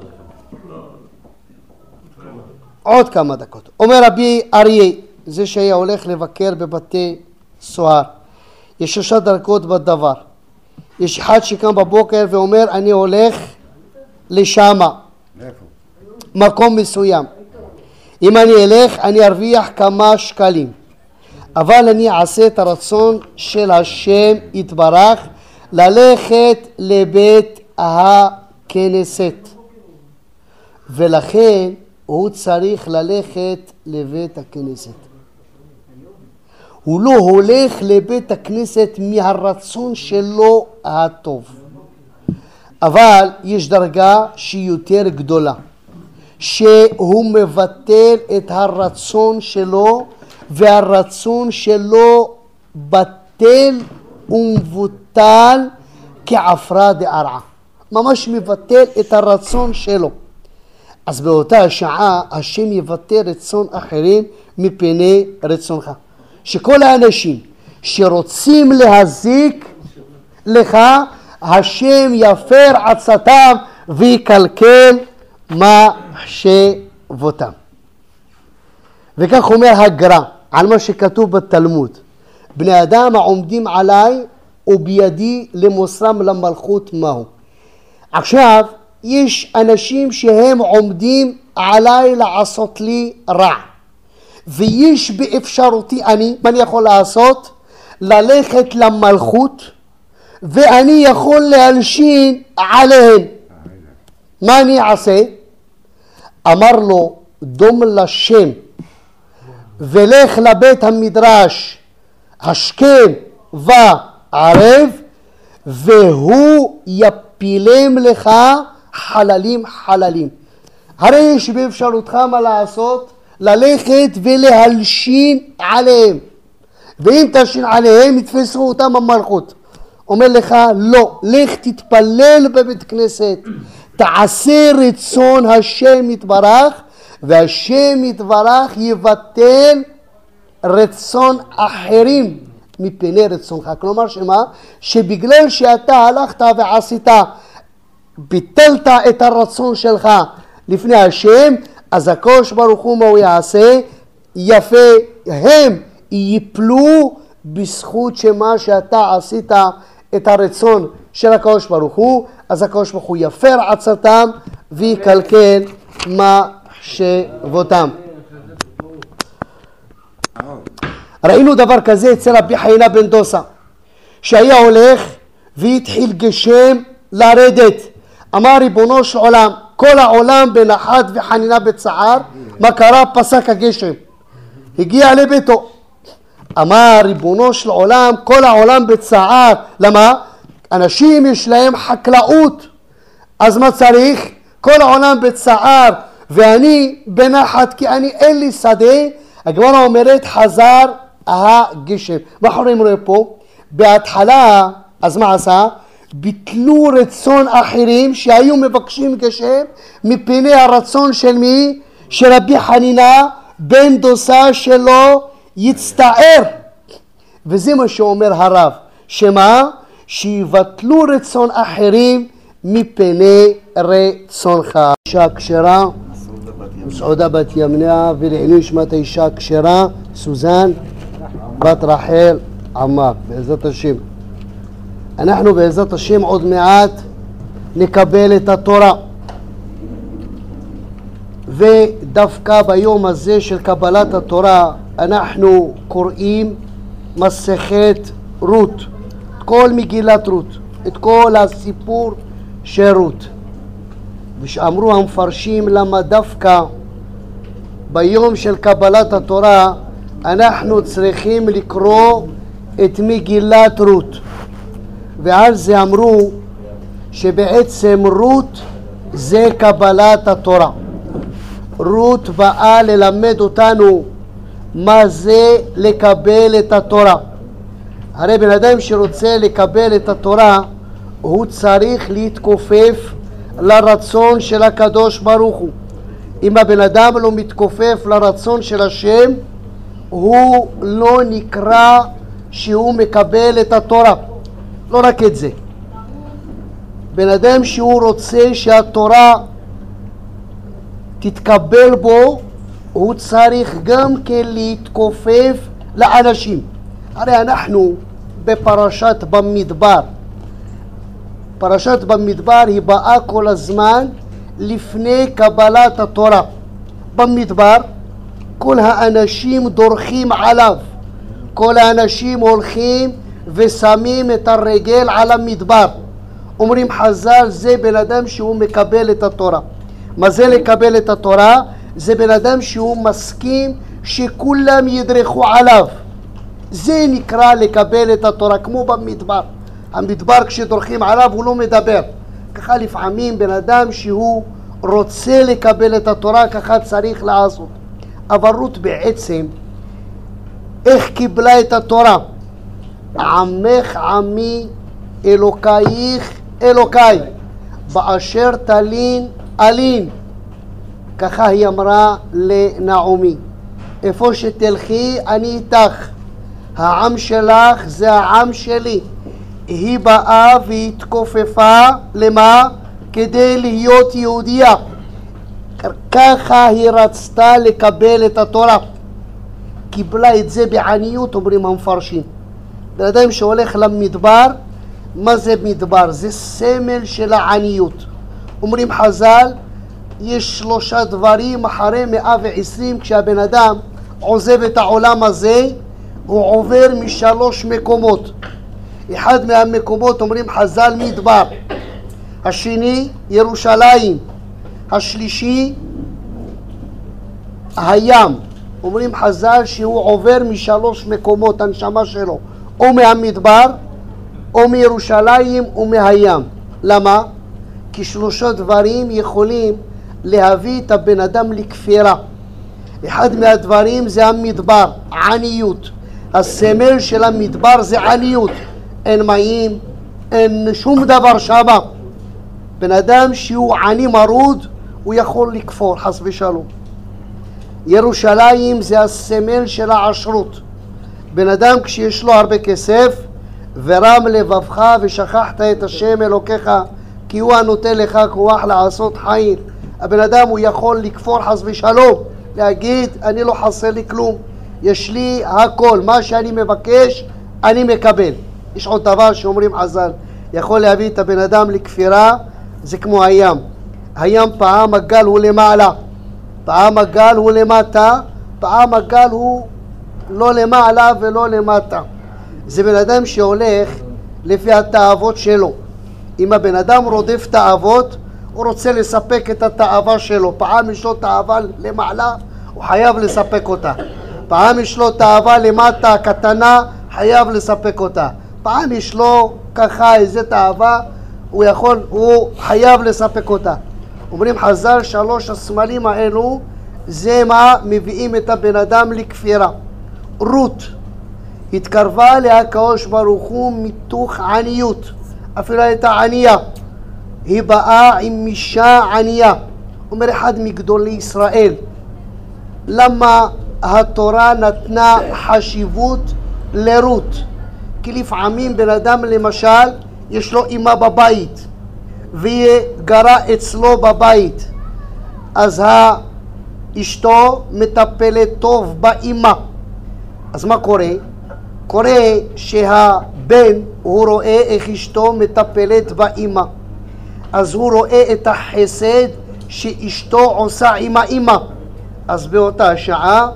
S1: עוד כמה דקות. אומר רבי אריה, זה שהיה הולך לבקר בבתי סוהר. יש שלושה דרגות בדבר. יש אחד שקם בבוקר ואומר, אני הולך לשמה.
S2: איפה?
S1: מקום מסוים. אם אני אלך, אני ארוויח כמה שקלים. אבל אני אעשה את הרצון של השם יתברך ללכת לבית הכנסת. ולכן הוא צריך ללכת לבית הכנסת. הוא לא הולך לבית הכנסת מהרצון שלו הטוב. אבל יש דרגה שהיא יותר גדולה, שהוא מבטל את הרצון שלו, והרצון שלו בטל ומבוטל כעפרא דארעא. ממש מבטל את הרצון שלו. אז באותה שעה השם יבטל רצון אחרים מפני רצונך. שכל האנשים שרוצים להזיק לך, השם יפר עצתם ויקלקל מחשבותם. וכך אומר הגר"א על מה שכתוב בתלמוד: בני אדם העומדים עליי ובידי למוסרם למלכות מהו. עכשיו יש אנשים שהם עומדים עליי לעשות לי רע, ויש באפשרותי אני, מה אני יכול לעשות? ללכת למלכות, ואני יכול להלשין עליהם. מה אני אעשה? אמר לו, דום לשם ולך לבית המדרש השכם וערב, והוא יפילם לך חללים חללים. הרי יש באפשרותך מה לעשות? ללכת ולהלשין עליהם, ואם תלשין עליהם יתפסו אותם במלכות. אומר לך לא, לך תתפלל בבית כנסת, תעשה רצון השם יתברך, והשם יתברך יבטל רצון אחרים מפני רצונך. כלומר שמה? שבגלל שאתה הלכת ועשית, ביטלת את הרצון שלך לפני השם, אז הקדוש ברוך הוא מה הוא יעשה? יפה, הם ייפלו בזכות שמה שאתה עשית את הרצון של הקדוש ברוך הוא, אז הקדוש ברוך הוא יפר עצתם ויקלקל מחשבותם. ראינו דבר כזה אצל רבי חיינה בן דוסה, שהיה הולך והתחיל גשם לרדת. אמר ריבונו של עולם, כל העולם בנחת וחנינה בצער. מה קרה? פסק הגשם. הגיע לביתו, אמר ריבונו של עולם, כל העולם בצער. למה? אנשים יש להם חקלאות, אז מה צריך? כל העולם בצער ואני בנחת כי אני אין לי שדה. הגמרא אומרת חזר הגשם. מה אנחנו רואים פה? בהתחלה אז מה עשה? ביטלו רצון אחרים שהיו מבקשים גשם מפני הרצון של מי? של רבי חנינה בן דוסה שלו יצטער. וזה מה שאומר הרב, שמה? שיבטלו רצון אחרים מפני רצונך. אישה כשרה, מסעודה בת ימניה, ולעילוי נשמת האישה כשרה סוזן בת רחל עמר, בעזרת השם. אנחנו בעזרת השם עוד מעט נקבל את התורה, ודווקא ביום הזה של קבלת התורה אנחנו קוראים מסכת רות, את כל מגילת רות, את כל הסיפור של רות. ושאמרו המפרשים למה דווקא ביום של קבלת התורה אנחנו צריכים לקרוא את מגילת רות. ועל זה אמרו שבעצם רות זה קבלת התורה. רות באה ללמד אותנו מה זה לקבל את התורה. הרי בן אדם שרוצה לקבל את התורה הוא צריך להתכופף לרצון של הקדוש ברוך הוא. אם הבן אדם לא מתכופף לרצון של השם, הוא לא נקרא שהוא מקבל את התורה. לא רק את זה, בן אדם שהוא רוצה שהתורה תתקבל בו, הוא צריך גם כן להתכופף לאנשים. הרי אנחנו בפרשת במדבר, פרשת במדבר היא באה כל הזמן לפני קבלת התורה. במדבר כל האנשים דורכים עליו, כל האנשים הולכים ושמים את הרגל על המדבר. אומרים חז"ל, זה בן אדם שהוא מקבל את התורה. מה זה לקבל את התורה? זה בן אדם שהוא מסכים שכולם ידרכו עליו. זה נקרא לקבל את התורה, כמו במדבר. המדבר כשדורכים עליו הוא לא מדבר. ככה לפעמים בן אדם שהוא רוצה לקבל את התורה, ככה צריך לעשות. אבל רות בעצם, איך קיבלה את התורה? עמך עמי אלוקייך אלוקיי, באשר תלין אלין. ככה היא אמרה לנעמי, איפה שתלכי אני איתך, העם שלך זה העם שלי. היא באה והתכופפה, למה? כדי להיות יהודייה. ככה היא רצתה לקבל את התורה. קיבלה את זה בעניות, אומרים המפרשים. בן אדם שהולך למדבר, מה זה מדבר? זה סמל של העניות. אומרים חז"ל, יש שלושה דברים אחרי מאה ועשרים, כשהבן אדם עוזב את העולם הזה, הוא עובר משלוש מקומות. אחד מהמקומות אומרים חז"ל מדבר, השני ירושלים, השלישי הים. אומרים חז"ל שהוא עובר משלוש מקומות, הנשמה שלו, או מהמדבר, או מירושלים, או מהים. למה? כי שלושה דברים יכולים להביא את הבן אדם לכפירה. אחד מהדברים זה המדבר, עניות. הסמל של המדבר זה עניות. אין מים, אין שום דבר שמה. בן אדם שהוא עני מרוד, הוא יכול לכפור, חס ושלום. ירושלים זה הסמל של העשרות. בן אדם כשיש לו הרבה כסף, ורם לבבך ושכחת את השם אלוקיך, כי הוא הנותן לך כוח לעשות חיל. הבן אדם הוא יכול לכפור חס ושלום, להגיד אני לא חסר לי כלום, יש לי הכל, מה שאני מבקש אני מקבל. יש עוד דבר שאומרים חז"ל, יכול להביא את הבן אדם לכפירה, זה כמו הים. הים פעם הגל הוא למעלה, פעם הגל הוא למטה, פעם הגל הוא לא למעלה ולא למטה. זה בן אדם שהולך לפי התאוות שלו. אם הבן אדם רודף תאוות, הוא רוצה לספק את התאווה שלו. פעם יש לו תאווה למעלה, הוא חייב לספק אותה. פעם יש לו תאווה למטה, קטנה, חייב לספק אותה. פעם יש לו ככה איזה תאווה, הוא יכול, הוא חייב לספק אותה. אומרים חז"ל, שלוש הסמלים האלו, זה מה מביאים את הבן אדם לכפירה. רות התקרבה להקדוש ברוך הוא מתוך עניות, אפילו הייתה ענייה. היא באה עם אישה ענייה. אומר אחד מגדולי ישראל, למה התורה נתנה חשיבות לרות? כי לפעמים בן אדם למשל יש לו אמא בבית והיא גרה אצלו בבית, אז אשתו מטפלת טוב באמא. אז מה קורה? קורה שהבן הוא רואה איך אשתו מטפלת באמא, אז הוא רואה את החסד שאשתו עושה עם האמא. אז באותה שעה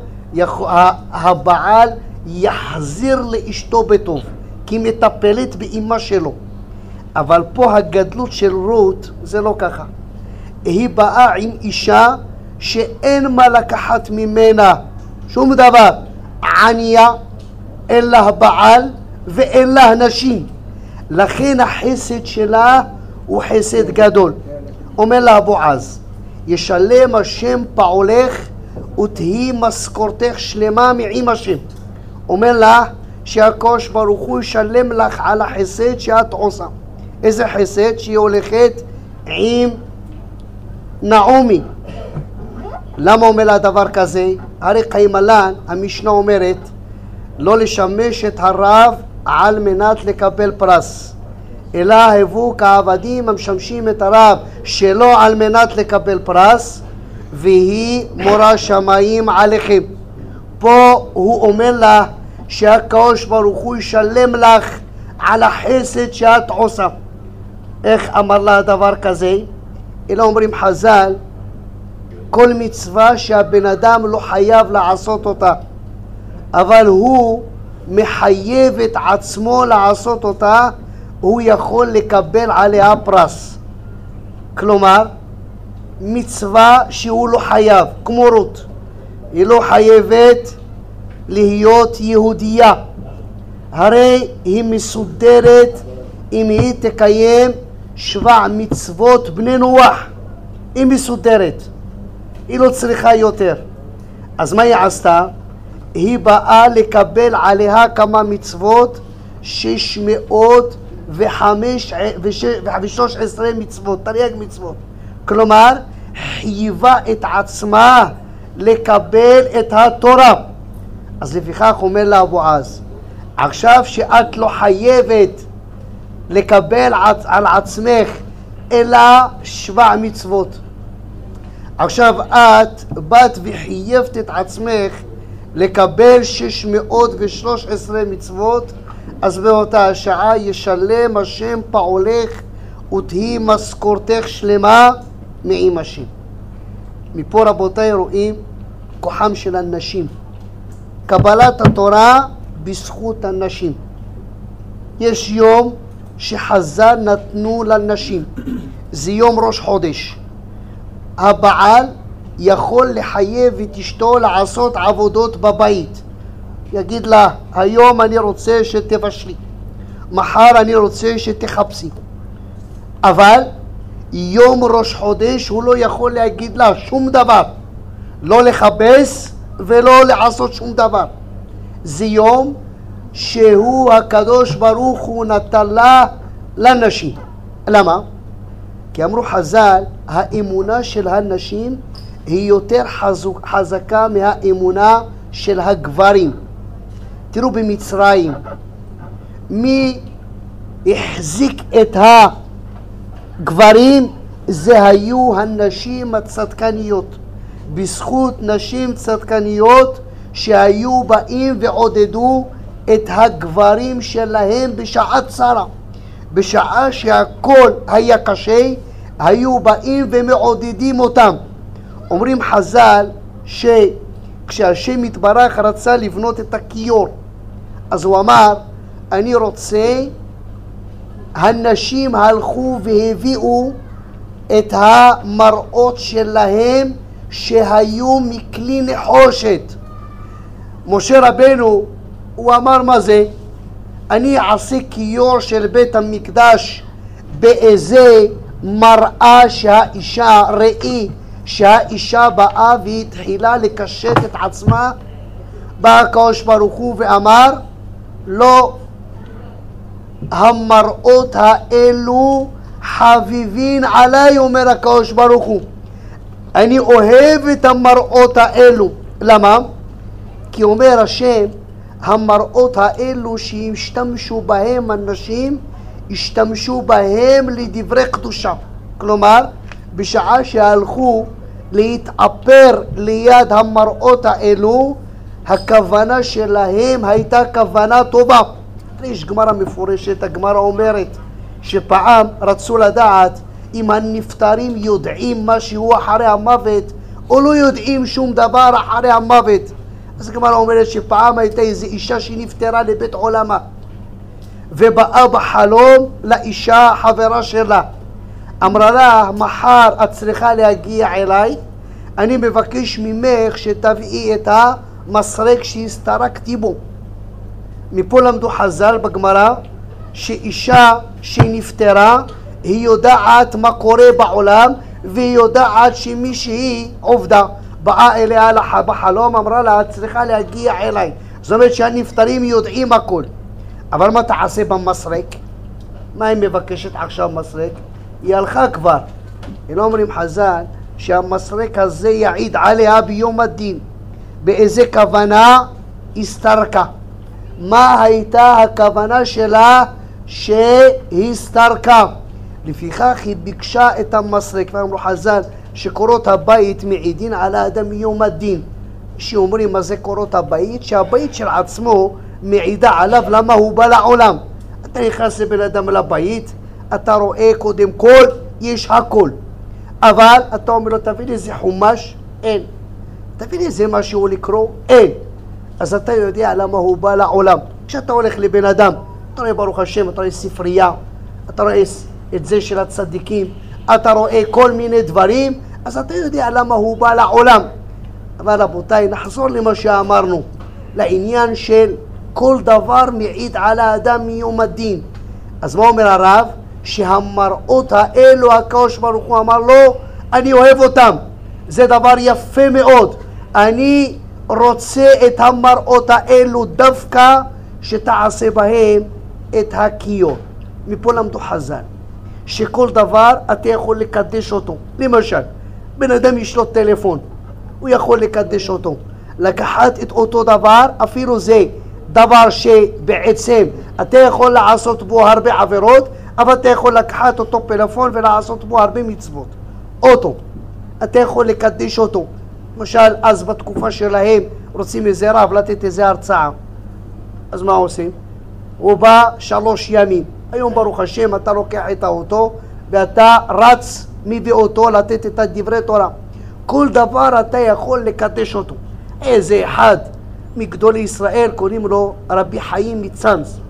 S1: הבעל יחזיר לאשתו בטוב, כי היא מטפלת באמא שלו. אבל פה הגדלות של רות זה לא ככה. היא באה עם אישה שאין מה לקחת ממנה שום דבר, ענייה, אין לה בעל ואין לה נשים, לכן החסד שלה הוא חסד גדול. אומר לה בועז, ישלם השם פעולך ותהי משכורתך שלמה מעם השם. אומר לה שהקדוש ברוך הוא ישלם לך על החסד שאת עושה. איזה חסד? שהיא הולכת עם נעמי. למה אומר לה דבר כזה? הרי קיימלן, המשנה אומרת, לא לשמש את הרב על מנת לקבל פרס, אלא הבו כעבדים המשמשים את הרב שלא על מנת לקבל פרס, והיא מורה שמיים עליכם. פה הוא אומר לה שהקדוש ברוך הוא ישלם לך על החסד שאת עושה. איך אמר לה דבר כזה? אלא אומרים חז"ל, כל מצווה שהבן אדם לא חייב לעשות אותה, אבל הוא מחייב את עצמו לעשות אותה, הוא יכול לקבל עליה פרס. כלומר, מצווה שהוא לא חייב, כמו רות. היא לא חייבת להיות יהודייה. הרי היא מסודרת אם היא תקיים שבע מצוות בני נוח. היא מסודרת. היא לא צריכה יותר. אז מה היא עשתה? היא באה לקבל עליה כמה מצוות, שש מאות וחמש ושלוש עשרה מצוות, תרי"ג מצוות. כלומר, חייבה את עצמה לקבל את התורה. אז לפיכך אומר לה בועז, עכשיו שאת לא חייבת לקבל על עצמך אלא שבע מצוות. עכשיו את באת וחייבת את עצמך לקבל שש מאות ושלוש עשרה מצוות, אז באותה השעה ישלם השם פעולך ותהי משכורתך שלמה מעם השם. מפה רבותיי רואים כוחם של הנשים. קבלת התורה בזכות הנשים. יש יום שחז"ל נתנו לנשים, זה יום ראש חודש. הבעל יכול לחייב את אשתו לעשות עבודות בבית. יגיד לה, היום אני רוצה שתבשלי, מחר אני רוצה שתחפשי. אבל יום ראש חודש הוא לא יכול להגיד לה שום דבר, לא לחפש ולא לעשות שום דבר. זה יום שהוא הקדוש ברוך הוא נתן לה לנשים. למה? כי אמרו חז"ל, האמונה של הנשים היא יותר חזוק, חזקה מהאמונה של הגברים. תראו במצרים, מי החזיק את הגברים? זה היו הנשים הצדקניות. בזכות נשים צדקניות שהיו באים ועודדו את הגברים שלהם בשעת צרה. בשעה שהכל היה קשה, היו באים ומעודדים אותם. אומרים חז"ל שכשהשם יתברך רצה לבנות את הכיור, אז הוא אמר, אני רוצה, הנשים הלכו והביאו את המראות שלהם שהיו מכלי נחושת. משה רבנו, הוא אמר מה זה? אני אעשה כיור של בית המקדש באיזה מראה שהאישה, ראי שהאישה באה והתחילה לקשט את עצמה. בא הקדוש ברוך הוא ואמר, לא, המראות האלו חביבין עליי, אומר הקדוש ברוך הוא. אני אוהב את המראות האלו. למה? כי אומר השם, המראות האלו שהשתמשו בהם הנשים, השתמשו בהם לדברי קדושה. כלומר, בשעה שהלכו להתאפר ליד המראות האלו, הכוונה שלהם הייתה כוונה טובה. יש גמרא מפורשת, הגמרא אומרת שפעם רצו לדעת אם הנפטרים יודעים משהו אחרי המוות או לא יודעים שום דבר אחרי המוות. אז הגמרא אומרת שפעם הייתה איזו אישה שנפטרה לבית עולמה, ובאה בחלום לאישה חברה שלה, אמרה לה, מחר את צריכה להגיע אליי, אני מבקש ממך שתביאי את המסרק שהסתרקתי בו. מפה למדו חז"ל בגמרא שאישה שנפטרה היא יודעת מה קורה בעולם, והיא יודעת שמישהי עובדה באה אליה בחלום, אמרה לה, את צריכה להגיע אליי. זאת אומרת שהנפטרים יודעים הכל. אבל מה תעשה במסרק? מה היא מבקשת עכשיו מסרק? היא הלכה כבר. לא אומרים חז"ל שהמסרק הזה יעיד עליה ביום הדין. באיזה כוונה הסתרקה? מה הייתה הכוונה שלה שהסתרקה? לפיכך היא ביקשה את המסרק. ואמרו חז"ל שקורות הבית מעידין על האדם מיום הדין. שאומרים מה זה קורות הבית? שהבית של עצמו מעידה עליו למה הוא בא לעולם. אתה נכנס לבן אדם לבית, אתה רואה קודם כל יש הכל, אבל אתה אומר לו תביא לי איזה חומש, אין. תביא לי איזה משהו לקרוא, אין. אז אתה יודע למה הוא בא לעולם. כשאתה הולך לבן אדם, אתה רואה ברוך השם, אתה רואה ספרייה, אתה רואה את זה של הצדיקים, אתה רואה כל מיני דברים, אז אתה יודע למה הוא בא לעולם. אבל רבותיי, נחזור למה שאמרנו, לעניין של כל דבר מעיד על האדם מיום הדין. אז מה אומר הרב? שהמראות האלו הקדוש ברוך הוא אמר לו, אני אוהב אותם. זה דבר יפה מאוד. אני רוצה את המראות האלו דווקא שתעשה בהם את הכיור. מפה למדו חז"ל שכל דבר אתה יכול לקדש אותו. למשל, בן אדם יש לו טלפון, הוא יכול לקדש אותו. לקחת את אותו דבר, אפילו זה דבר שבעצם אתה יכול לעשות בו הרבה עבירות, אבל אתה יכול לקחת אותו פלאפון ולעשות בו הרבה מצוות. אוטו, אתה יכול לקדש אותו. למשל, אז בתקופה שלהם רוצים איזה רב לתת איזה הרצאה. אז מה עושים? הוא בא שלוש ימים. היום ברוך השם אתה לוקח את האוטו ואתה רץ מביא אותו לתת את הדברי תורה. כל דבר אתה יכול לקדש אותו. איזה אחד מגדולי ישראל קוראים לו רבי חיים מצאנז.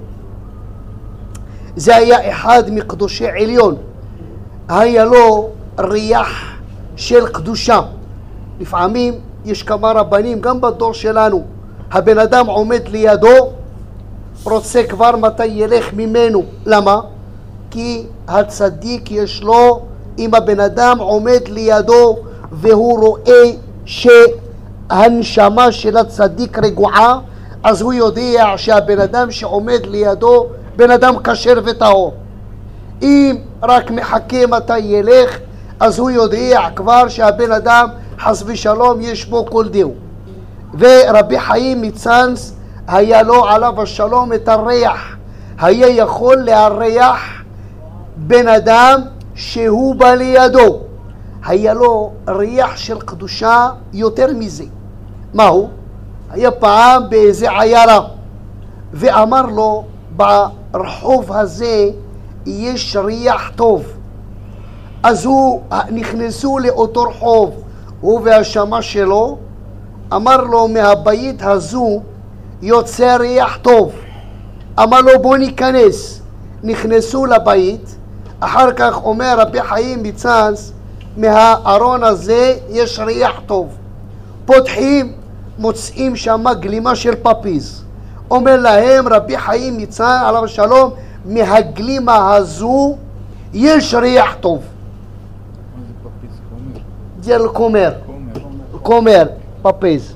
S1: זה היה אחד מקדושי עליון. היה לו ריח של קדושה. לפעמים יש כמה רבנים גם בדור שלנו, הבן אדם עומד לידו, רוצה כבר מתי ילך ממנו. למה? כי הצדיק יש לו, אם הבן אדם עומד לידו והוא רואה שהנשמה של הצדיק רגועה, אז הוא יודע שהבן אדם שעומד לידו בן אדם כשר וטהור. אם רק מחכה מתי ילך, אז הוא יודע כבר שהבן אדם חס ושלום יש בו כל דיו. ורבי חיים מצאנז היה לו עליו השלום את הריח, היה יכול להריח בן אדם שהוא בא לידו. היה לו ריח של קדושה יותר מזה. מהו? היה פעם באיזה עיירה ואמר לו, ברחוב הזה יש ריח טוב. אז הוא נכנסו לאותו רחוב, הוא והשמש שלו, אמר לו, מהבית הזו יוצא ריח טוב. אמר לו, בוא ניכנס. נכנסו לבית. אחר כך אומר רבי חיים מצאנז, מהארון הזה יש ריח טוב. פותחים, מוצאים שם גלימה של פפיז. אומר להם רבי חיים מצאנז עליו השלום, מהגלימה הזו יש ריח טוב. זה כומר, כומר, פפיז,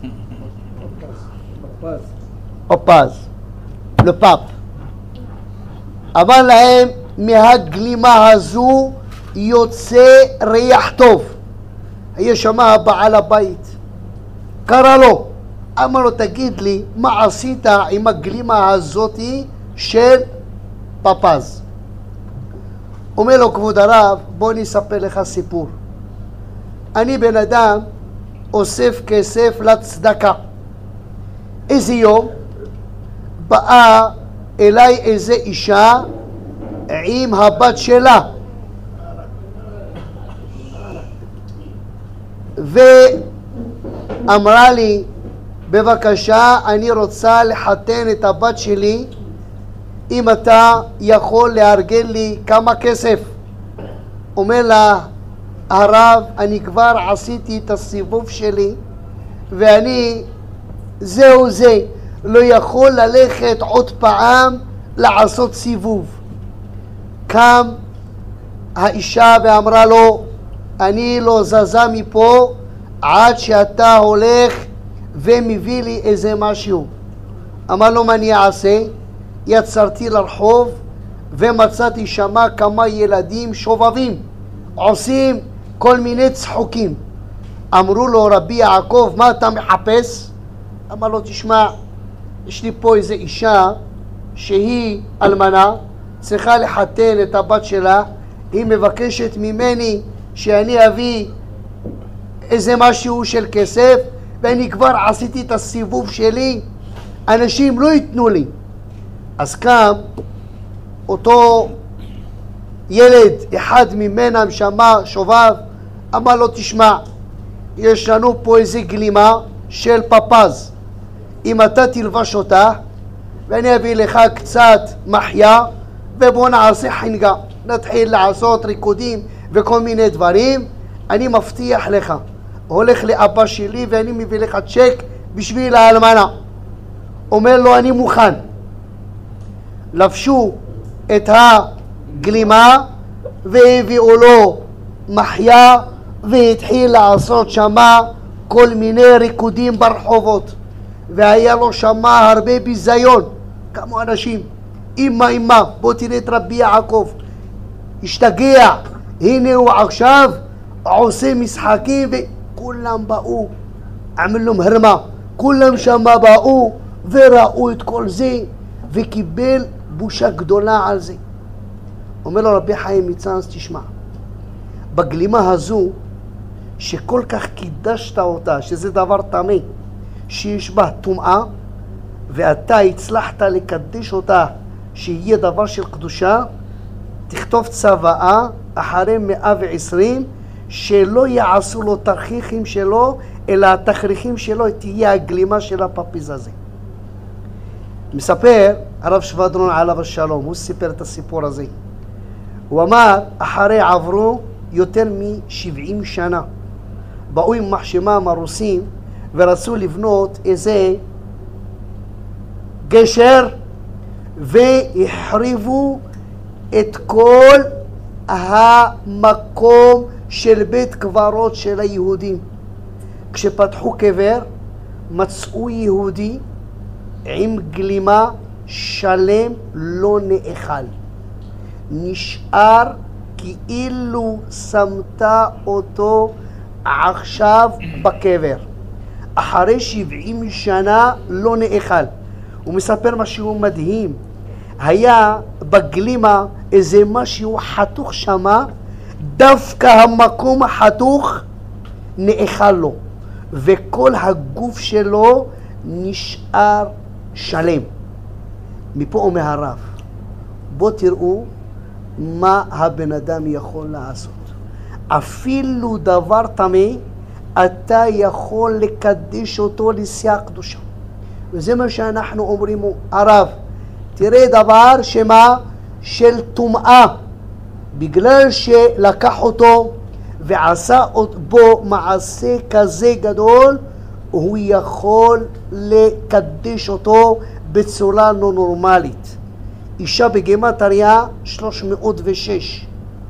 S1: פפז, לפאפ. אמר להם, מהגלימה הזו יוצא ריח טוב. היה שם הבעל הבית, קרא לו, אמר לו, תגיד לי, מה עשית עם הגלימה הזאת של פפז? אומר לו, כבוד הרב, בוא נספר לך סיפור. אני בן אדם אוסף כסף לצדקה. איזה יום באה אליי איזה אישה עם הבת שלה, ואמרה לי, בבקשה, אני רוצה לחתן את הבת שלי, אם אתה יכול לארגן לי כמה כסף. אומר לה, הרב, אני כבר עשיתי את הסיבוב שלי ואני זהו זה, לא יכול ללכת עוד פעם לעשות סיבוב. קם האישה ואמרה לו, אני לא זזה מפה עד שאתה הולך ומביא לי איזה משהו. אמר לו, מה אני אעשה? יצרתי לרחוב ומצאתי שמה כמה ילדים שובבים עושים כל מיני צחוקים. אמרו לו, רבי יעקב, מה אתה מחפש? אמר לו, תשמע, יש לי פה איזו אישה שהיא אלמנה, צריכה לחתן את הבת שלה, היא מבקשת ממני שאני אביא איזה משהו של כסף, ואני כבר עשיתי את הסיבוב שלי, אנשים לא ייתנו לי. אז קם אותו ילד אחד ממנם שמע שובב, אמר לו, תשמע, יש לנו פה איזה גלימה של פפז, אם אתה תלבש אותה ואני אביא לך קצת מחיה ובוא נעשה חנגה, נתחיל לעשות ריקודים וכל מיני דברים, אני מבטיח לך, הולך לאבא שלי ואני מביא לך צ'ק בשביל האלמנה. אומר לו, אני מוכן. לבשו את הגלימה והביאו לו מחיה והתחיל לעשות שמה כל מיני ריקודים ברחובות, והיה לו שמה הרבה ביזיון. כמה אנשים, אמא אמא בוא תראה את רבי יעקב, השתגע, הנה הוא עכשיו עושה משחקים, וכולם באו, עמלו מהרמה, כולם שמה באו וראו את כל זה, וקיבל בושה גדולה על זה. אומר לו רבי חיים מצאנז, תשמע, בגלימה הזו שכל כך קידשת אותה, שזה דבר טמא, שיש בה טומאה, ואתה הצלחת לקדש אותה שיהיה דבר של קדושה, תכתוב צוואה אחרי מאה ועשרים שלא יעשו לו תרחיכים שלו, אלא התכריכים שלו תהיה הגלימה של הפפיז הזה. מספר הרב שבדרון עליו השלום, הוא סיפר את הסיפור הזה. הוא אמר, אחרי עברו יותר מ-שבעים שנה, באו עם מחשמם הרוסים ורצו לבנות איזה גשר, והחריבו את כל המקום של בית קברות של היהודים. כשפתחו קבר, מצאו יהודי עם גלימה שלם לא נאכל. נשאר כאילו שמתה אותו עכשיו בקבר. אחרי שבעים שנה לא נאכל. הוא מספר משהו מדהים. היה בגלימה איזה משהו חתוך שמה, דווקא המקום החתוך נאכל לו, וכל הגוף שלו נשאר שלם. מפה אומר הרב, בוא תראו מה הבן אדם יכול לעשות. אפילו דבר טמא, אתה יכול לקדש אותו לשיא הקדושה. וזה מה שאנחנו אומרים, הרב, תראה דבר שמה של טומאה, בגלל שלקח אותו ועשה בו מעשה כזה גדול, הוא יכול לקדש אותו בצורה לא נורמלית. אישה בגימטריה שלוש מאות ושש,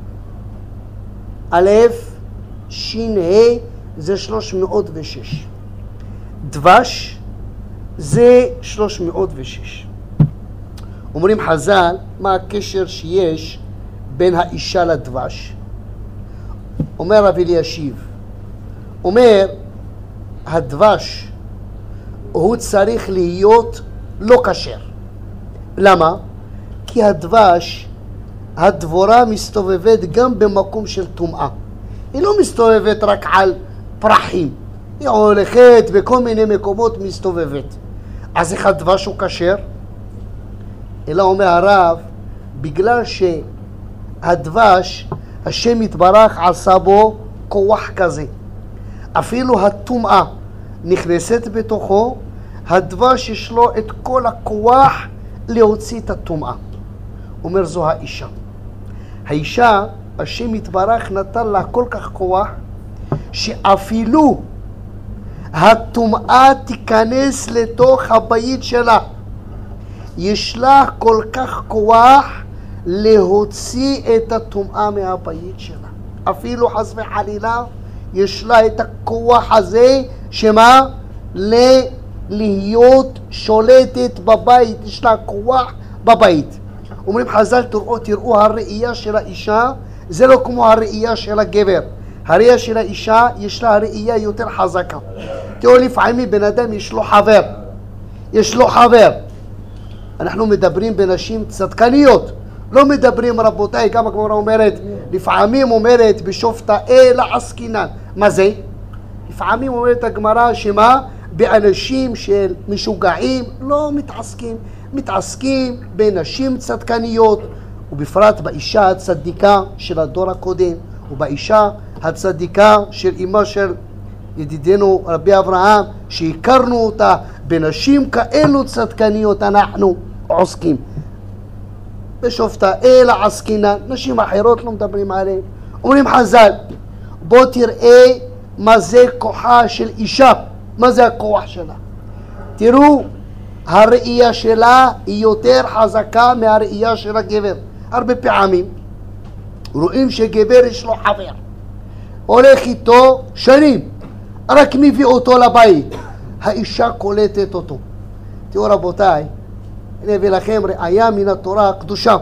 S1: א' שין ה' זה שלוש מאות ושש, דבש זה שלוש מאות ושש. אומרים חז"ל, מה הקשר שיש בין האישה לדבש? אומר רב אלישיב, אומר הדבש הוא צריך להיות לא כשר. למה? כי הדבש, הדבורה מסתובבת גם במקום של טומאה. היא לא מסתובבת רק על פרחים, היא הולכת בכל מיני מקומות מסתובבת. אז איך הדבש הוא כשר? אלא אומר הרב, בגלל שהדבש, השם יתברך עשה בו כוח כזה. אפילו הטומאה נכנסת בתוכו, הדבש יש לו את כל הכוח להוציא את הטומאה. אומר זו האישה. האישה, השם יתברך נתן לה כל כך כוח, שאפילו הטומאה תיכנס לתוך הבית שלה. יש לה כל כך כוח להוציא את הטומאה מהבית שלה. אפילו חס וחלילה יש לה את הכוח הזה, שמה? להיות שולטת בבית, יש לה כוח בבית. אומרים חז"ל, תראו, תראו הראייה של האישה, זה לא כמו הראייה של הגבר. הראייה של האישה יש לה ראייה יותר חזקה. תראו, לפעמים בן אדם יש לו חבר, יש לו חבר. אנחנו מדברים בנשים צדקניות, לא מדברים רבותיי, גם הגמרא אומרת, לפעמים אומרת בשופטה אלא עסקינן. מה זה? לפעמים אומרת הגמרא שמה? באנשים של משוגעים לא מתעסקים, מתעסקים בנשים צדקניות, ובפרט באישה הצדיקה של הדור הקודם, ובאישה הצדיקה של אמא של ידידנו רבי אברהם, שהכרנו אותה. בנשים כאלו צדקניות אנחנו עוסקים. בשופטה אלא עסקינן, נשים אחרות לא מדברים עליהן. אומרים חז"ל, בוא תראה מה זה כוחה של אישה, מה זה הכוח שלה. תראו, הראייה שלה היא יותר חזקה מהראייה של הגבר. הרבה פעמים רואים שגבר יש לו חבר, הולך איתו שנים, רק מביא אותו לבית, האישה קולטת אותו. תראו רבותיי, אני אביא לכם ראיה מן התורה הקדושה.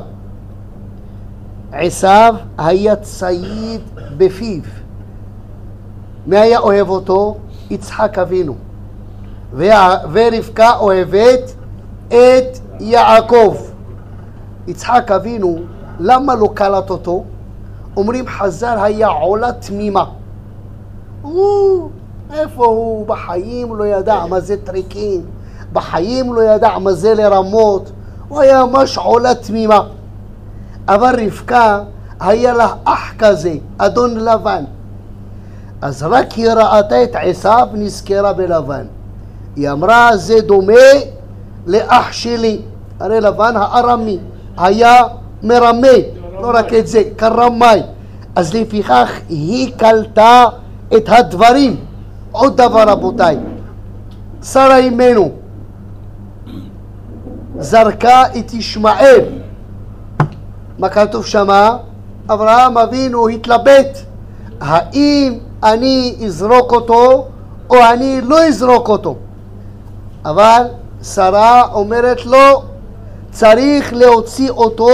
S1: עשיו היה ציד בפיו. מי היה אוהב אותו? יצחק אבינו. ורבקה אוהבת את יעקב. יצחק אבינו, למה לא קלט אותו? אומרים חז"ל היה עולה תמימה. הוא, איפה הוא? בחיים לא ידע מה זה טריקים, בחיים לא ידע מה זה לרמות, הוא היה ממש עולה תמימה. אבל רבקה היה לה אח כזה, אדון לבן. אז רק היא ראתה את עשיו נזכרה בלבן. היא אמרה זה דומה לאח שלי. הרי לבן הארמי היה מרמה, לא רק את זה, כרמאי. אז לפיכך היא קלטה את הדברים. עוד דבר רבותיי, שרה אימנו זרקה את ישמעאל. מה כתוב שמה? אברהם אבינו התלבט, האם אני אזרוק אותו או אני לא אזרוק אותו. אבל שרה אומרת לו, צריך להוציא אותו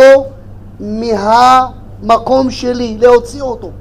S1: מהמקום שלי, להוציא אותו.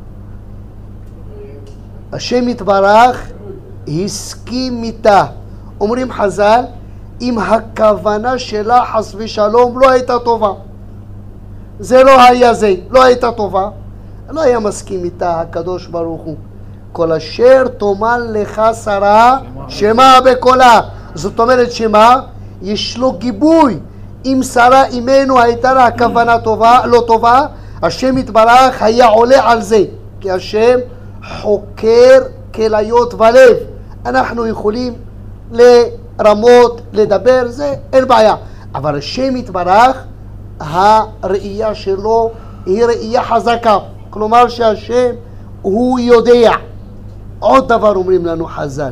S1: השם יתברך הסכים איתה. אומרים חז"ל, אם הכוונה שלה חס ושלום לא הייתה טובה, זה לא היה זה, לא הייתה טובה, לא היה מסכים איתה הקדוש ברוך הוא. כל אשר תאמר לך שרה שמע בקולה. זאת אומרת שמה? יש לו גיבוי. אם שרה אימנו הייתה לה הכוונה טובה, לא טובה, השם יתברך היה עולה על זה, כי השם חוקר כליות ולב. אנחנו יכולים לרמות, לדבר, זה אין בעיה, אבל השם יתברך הראייה שלו היא ראייה חזקה, כלומר שהשם הוא יודע. עוד דבר אומרים לנו חז"ל,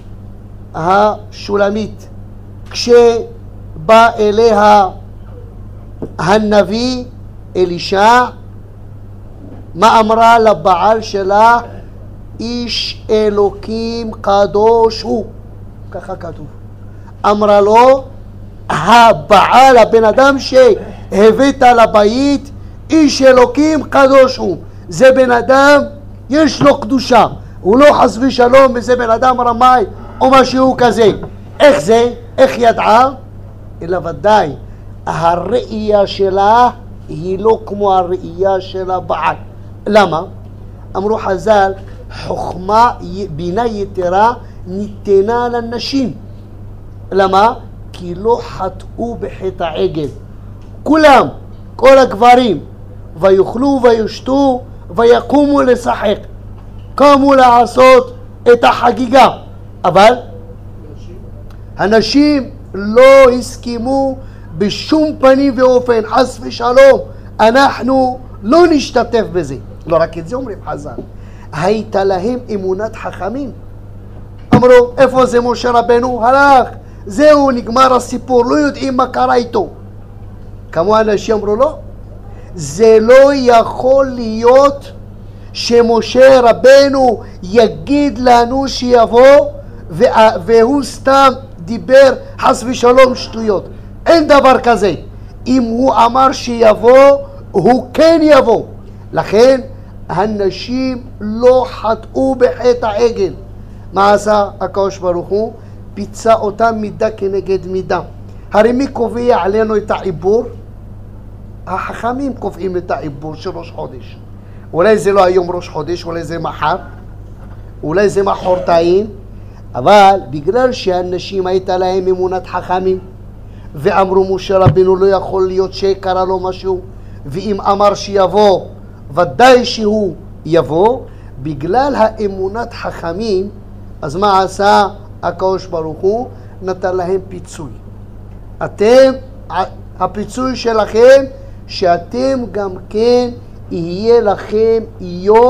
S1: השולמית כשבא אליה הנביא אלישע, מה אמרה לבעל שלה? איש אלוקים קדוש הוא, ככה כתוב. אמרה לו, הבעל, הבן אדם שהבאת לבית, איש אלוקים קדוש הוא, זה בן אדם יש לו קדושה, הוא לא חס ושלום וזה בן אדם רמאי או משהו כזה. איך זה? איך ידעה? אלא ודאי הראייה שלה היא לא כמו הראייה של הבעל. למה? אמרו חז"ל, חוכמה, בינה יתרה ניתנה לנשים. למה? כי לא חטאו בחטא העגל. כולם, כל הגברים, ויאכלו וישתו ויקומו לשחק, קמו לעשות את החגיגה. אבל הנשים לא הסכימו בשום פנים ואופן, חס ושלום, אנחנו לא נשתתף בזה. לא רק את זה אומרים חז"ל, הייתה להם אמונת חכמים. אמרו, איפה זה משה רבנו? הלך, זהו, נגמר הסיפור, לא יודעים מה קרה איתו. כמו אנשים אמרו, לא, זה לא יכול להיות שמשה רבנו יגיד לנו שיבוא והוא סתם דיבר חס ושלום שטויות. אין דבר כזה. אם הוא אמר שיבוא, הוא כן יבוא. לכן הנשים לא חטאו בחטא העגל. מה עשה הקדוש ברוך הוא? פיצה אותם מידה כנגד מידה. הרי מי קובע עלינו את העיבור? החכמים קובעים את העיבור של ראש חודש. אולי זה לא היום ראש חודש, אולי זה מחר, אולי זה מחרתיים, אבל בגלל שהאנשים הייתה להם אמונת חכמים ואמרו משה רבנו לא יכול להיות שקרה לו משהו, ואם אמר שיבוא ודאי שהוא יבוא, בגלל האמונת חכמים, אז מה עשה הקדוש ברוך הוא? נתן להם פיצוי. אתם, הפיצוי שלכם שאתם גם כן יהיה לכם יום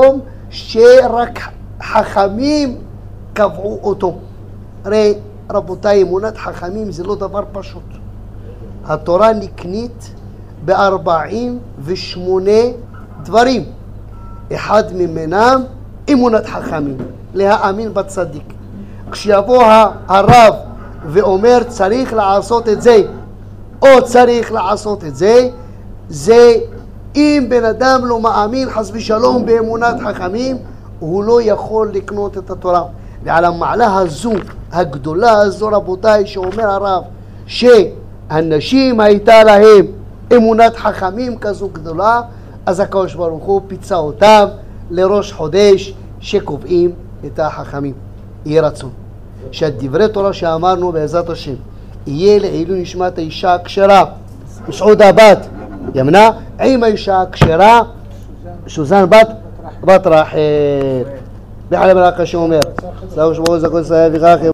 S1: שרק חכמים קבעו אותו. הרי רבותיי, אמונת חכמים זה לא דבר פשוט. התורה נקנית ב-ארבעים ושמונה דברים. אחד ממנם אמונת חכמים, להאמין בצדיק. כשיבוא הרב ואומר צריך לעשות את זה, או צריך לעשות את זה, זה אם בן אדם לא מאמין חס ושלום באמונת חכמים, הוא לא יכול לקנות את התורה. ועל המעלה הזו, הגדולה הזו רבותיי, שאומר הרב, שאנשים הייתה להם אמונת חכמים כזו גדולה, אז הקדוש ברוך הוא פיצה אותם לראש חודש שקובעים את החכמים. יהיה רצון שהדברי תורה שאמרנו בעזרת השם יהיה לעילוי נשמת האישה הכשרה מסעודה בת ימנה עם האישה הכשרה שוזן בת בת רחל. בחלם רק השם אומר, סלאו שבוע זכות סייב וכך